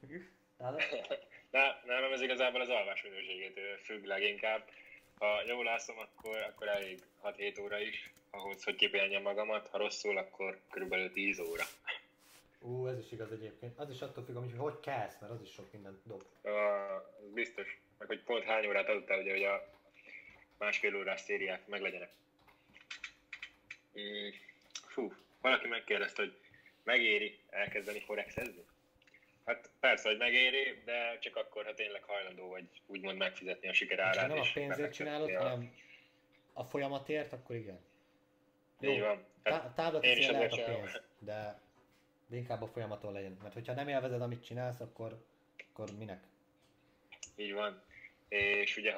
Speaker 2: Nálam ez igazából az alvás minőségétől függ leginkább. Ha jól lászom, akkor elég 6-7 óra is, ahhoz, hogy kipihenjem magamat. Ha rosszul, akkor körülbelül 10 óra.
Speaker 1: Ez is igaz egyébként. Az is attól függ, hogy kelsz, mert az is sok mindent dob.
Speaker 2: Biztos. Meg hogy pont hány órát adtál, ugye, hogy a másfél órás szériák meglegyenek. Valaki megkérdezte, hogy megéri elkezdeni forexezni? Hát persze, hogy megéri, de csak akkor, ha tényleg hajlandó vagy úgymond megfizetni a sikerárát.
Speaker 1: Ha nem a pénzért csinálod, hanem a folyamatért, akkor igen.
Speaker 2: Így van.
Speaker 1: A távlati cél lehet a pénz, de inkább a folyamaton legyen. Mert hogyha nem élvezed, amit csinálsz, akkor minek?
Speaker 2: Így van. És ugye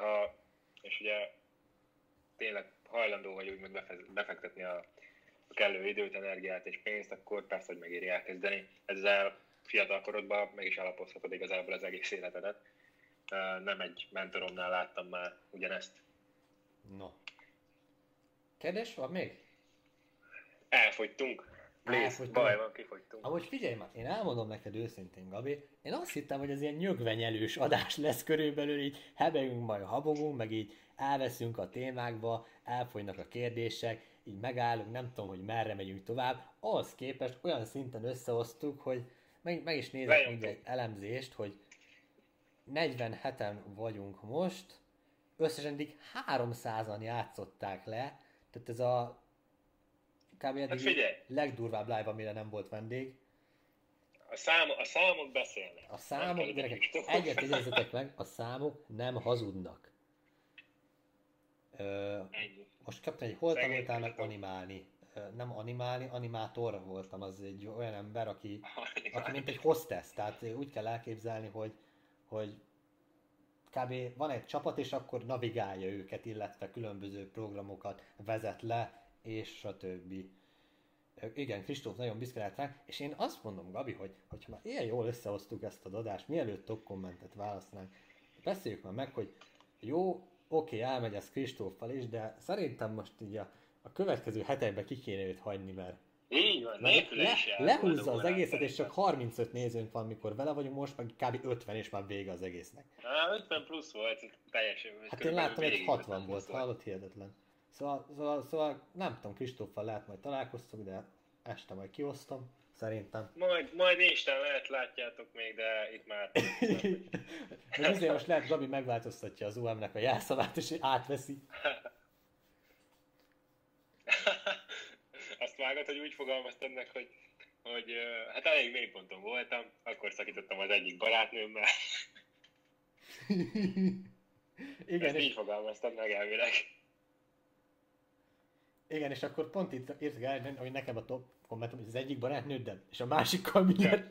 Speaker 2: tényleg hajlandó vagy úgymond befektetni a kellő időt, energiát és pénzt, akkor persze, hogy megéri elkezdeni. Ezzel fiatal korodban meg is alapozhatod igazából az egész életedet. Nem egy mentoromnál láttam már ugyanezt.
Speaker 1: No. Kérdés van még?
Speaker 2: Elfogytunk. Baj van, kifogytunk.
Speaker 1: Amúgy figyelj már, én elmondom neked őszintén, Gabi, én azt hittem, hogy ez ilyen nyögvenyelős adás lesz körülbelül, így hebegünk, majd habogunk, meg így elveszünk a témákba, elfogynak a kérdések, így megállunk, nem tudom, hogy merre megyünk tovább. Ahhoz képest olyan szinten összehoztuk, hogy meg is nézek ugye egy elemzést, hogy 47-en vagyunk most, összesen eddig 300-an játszották le, tehát ez a kb. Eddig legdurvább live, amire nem volt vendég.
Speaker 2: A számok beszélnek.
Speaker 1: A számok, gyerekek, egyet jegyezzetek meg, a számok nem hazudnak. Most kaptam egy hol tanultál meg animálni. Nem animálni, animátor voltam, az egy olyan ember, aki mint egy hostess, tehát úgy kell elképzelni, hogy kb. Van egy csapat, és akkor navigálja őket, illetve különböző programokat vezet le, és stb. Igen, Kristóf nagyon büszke lehet rá, és én azt mondom, Gabi, hogy ha már ilyen jól összehoztuk ezt a adást, mielőtt top kommentet választanánk, beszéljük már meg, hogy jó, oké, elmegy ez Kristóffal is, de szerintem most így a következő hetekben ki kéne őt hagyni, mert
Speaker 2: így van,
Speaker 1: lehúzza az egészet, és csak 35 nézőnk van, mikor vele vagyunk, most meg kb. 50, és már vége az egésznek.
Speaker 2: 50 plusz volt, teljesen.
Speaker 1: Hát én láttam, hogy 60 volt, hallott, hihetetlen. Szóval nem tudom, Kristóffal lehet majd találkoztunk, de este majd kiosztom, szerintem.
Speaker 2: Majd Instán látjátok még, de itt már...
Speaker 1: De azért most lehet, Gabi megváltoztatja az UM-nek a jelszavát, és átveszi.
Speaker 2: fogalmaztad meg, hogy hát elég mélyponton voltam, akkor szakítottam az egyik barátnőmmel.
Speaker 1: Igen,
Speaker 2: ezt így fogalmaztad meg elvileg.
Speaker 1: Igen, és akkor pont itt írt Gárdán, hogy nekem a top kommentum, hogy az egyik barátnőddel, és a másikkal mi lett?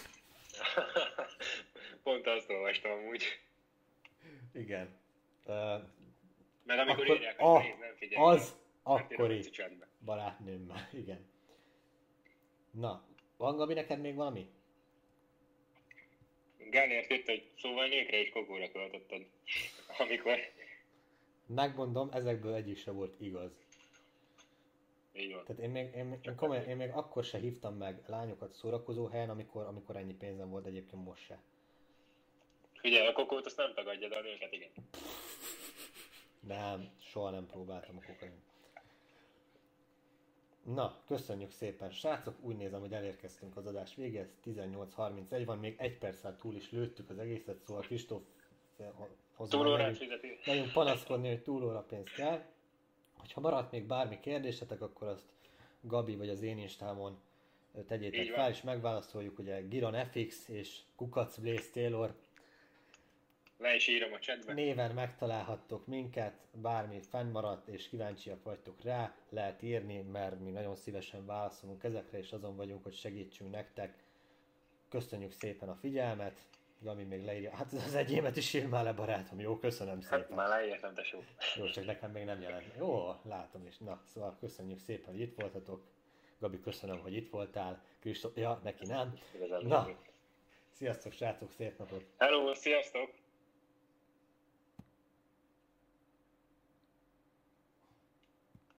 Speaker 2: Pont azt olvastam amúgy.
Speaker 1: Igen.
Speaker 2: Mert amikor
Speaker 1: akkor
Speaker 2: írják, hogy nézd, nem figyelj.
Speaker 1: Az akkori barátnőmmel, igen. Na, van Gabi neked még valami?
Speaker 2: Gellért jött, hogy szóval nőkre és kokóra költötted. Amikor...
Speaker 1: Megmondom, ezekből egyik se volt igaz.
Speaker 2: Így van.
Speaker 1: Tehát én még akkor se hívtam meg lányokat szórakozó helyen, amikor ennyi pénzem volt, egyébként most se.
Speaker 2: Figyelj, a kokót azt nem tagadja, de a nőket igen.
Speaker 1: Nem, soha nem próbáltam a kokain. Na, köszönjük szépen, srácok, úgy nézem, hogy elérkeztünk az adás végéhez, 18:31 van, még egy perccel túl is lőttük az egészet, szóval Kristóf
Speaker 2: túlórát fizeti.
Speaker 1: Nagyon panaszkodni, hogy túlóra pénz kell. Ha maradt még bármi kérdésetek, akkor azt Gabi vagy az én instámon tegyétek fel, és megválaszoljuk, ugye Giron FX és Kukac Blaze Taylor
Speaker 2: le is írom a chatbe.
Speaker 1: Néven megtalálhattok minket, bármi fennmaradt és kíváncsiak vagytok rá, lehet írni, mert mi nagyon szívesen válaszolunk ezekre, és azon vagyunk, hogy segítsünk nektek. Köszönjük szépen a figyelmet. Gabi még leírja. Hát az egyémet is ír már le, barátom. Jó, köszönöm szépen.
Speaker 2: Hát már leírtam, tesó.
Speaker 1: Jó, csak nekem még nem jelent. Jó, látom is. Na, szóval köszönjük szépen, hogy itt voltatok. Gabi, köszönöm, hogy itt voltál. Kristóf, ja, neki nem. Na, sziasztok, srácok, szép napot.
Speaker 2: Hello, sziasztok!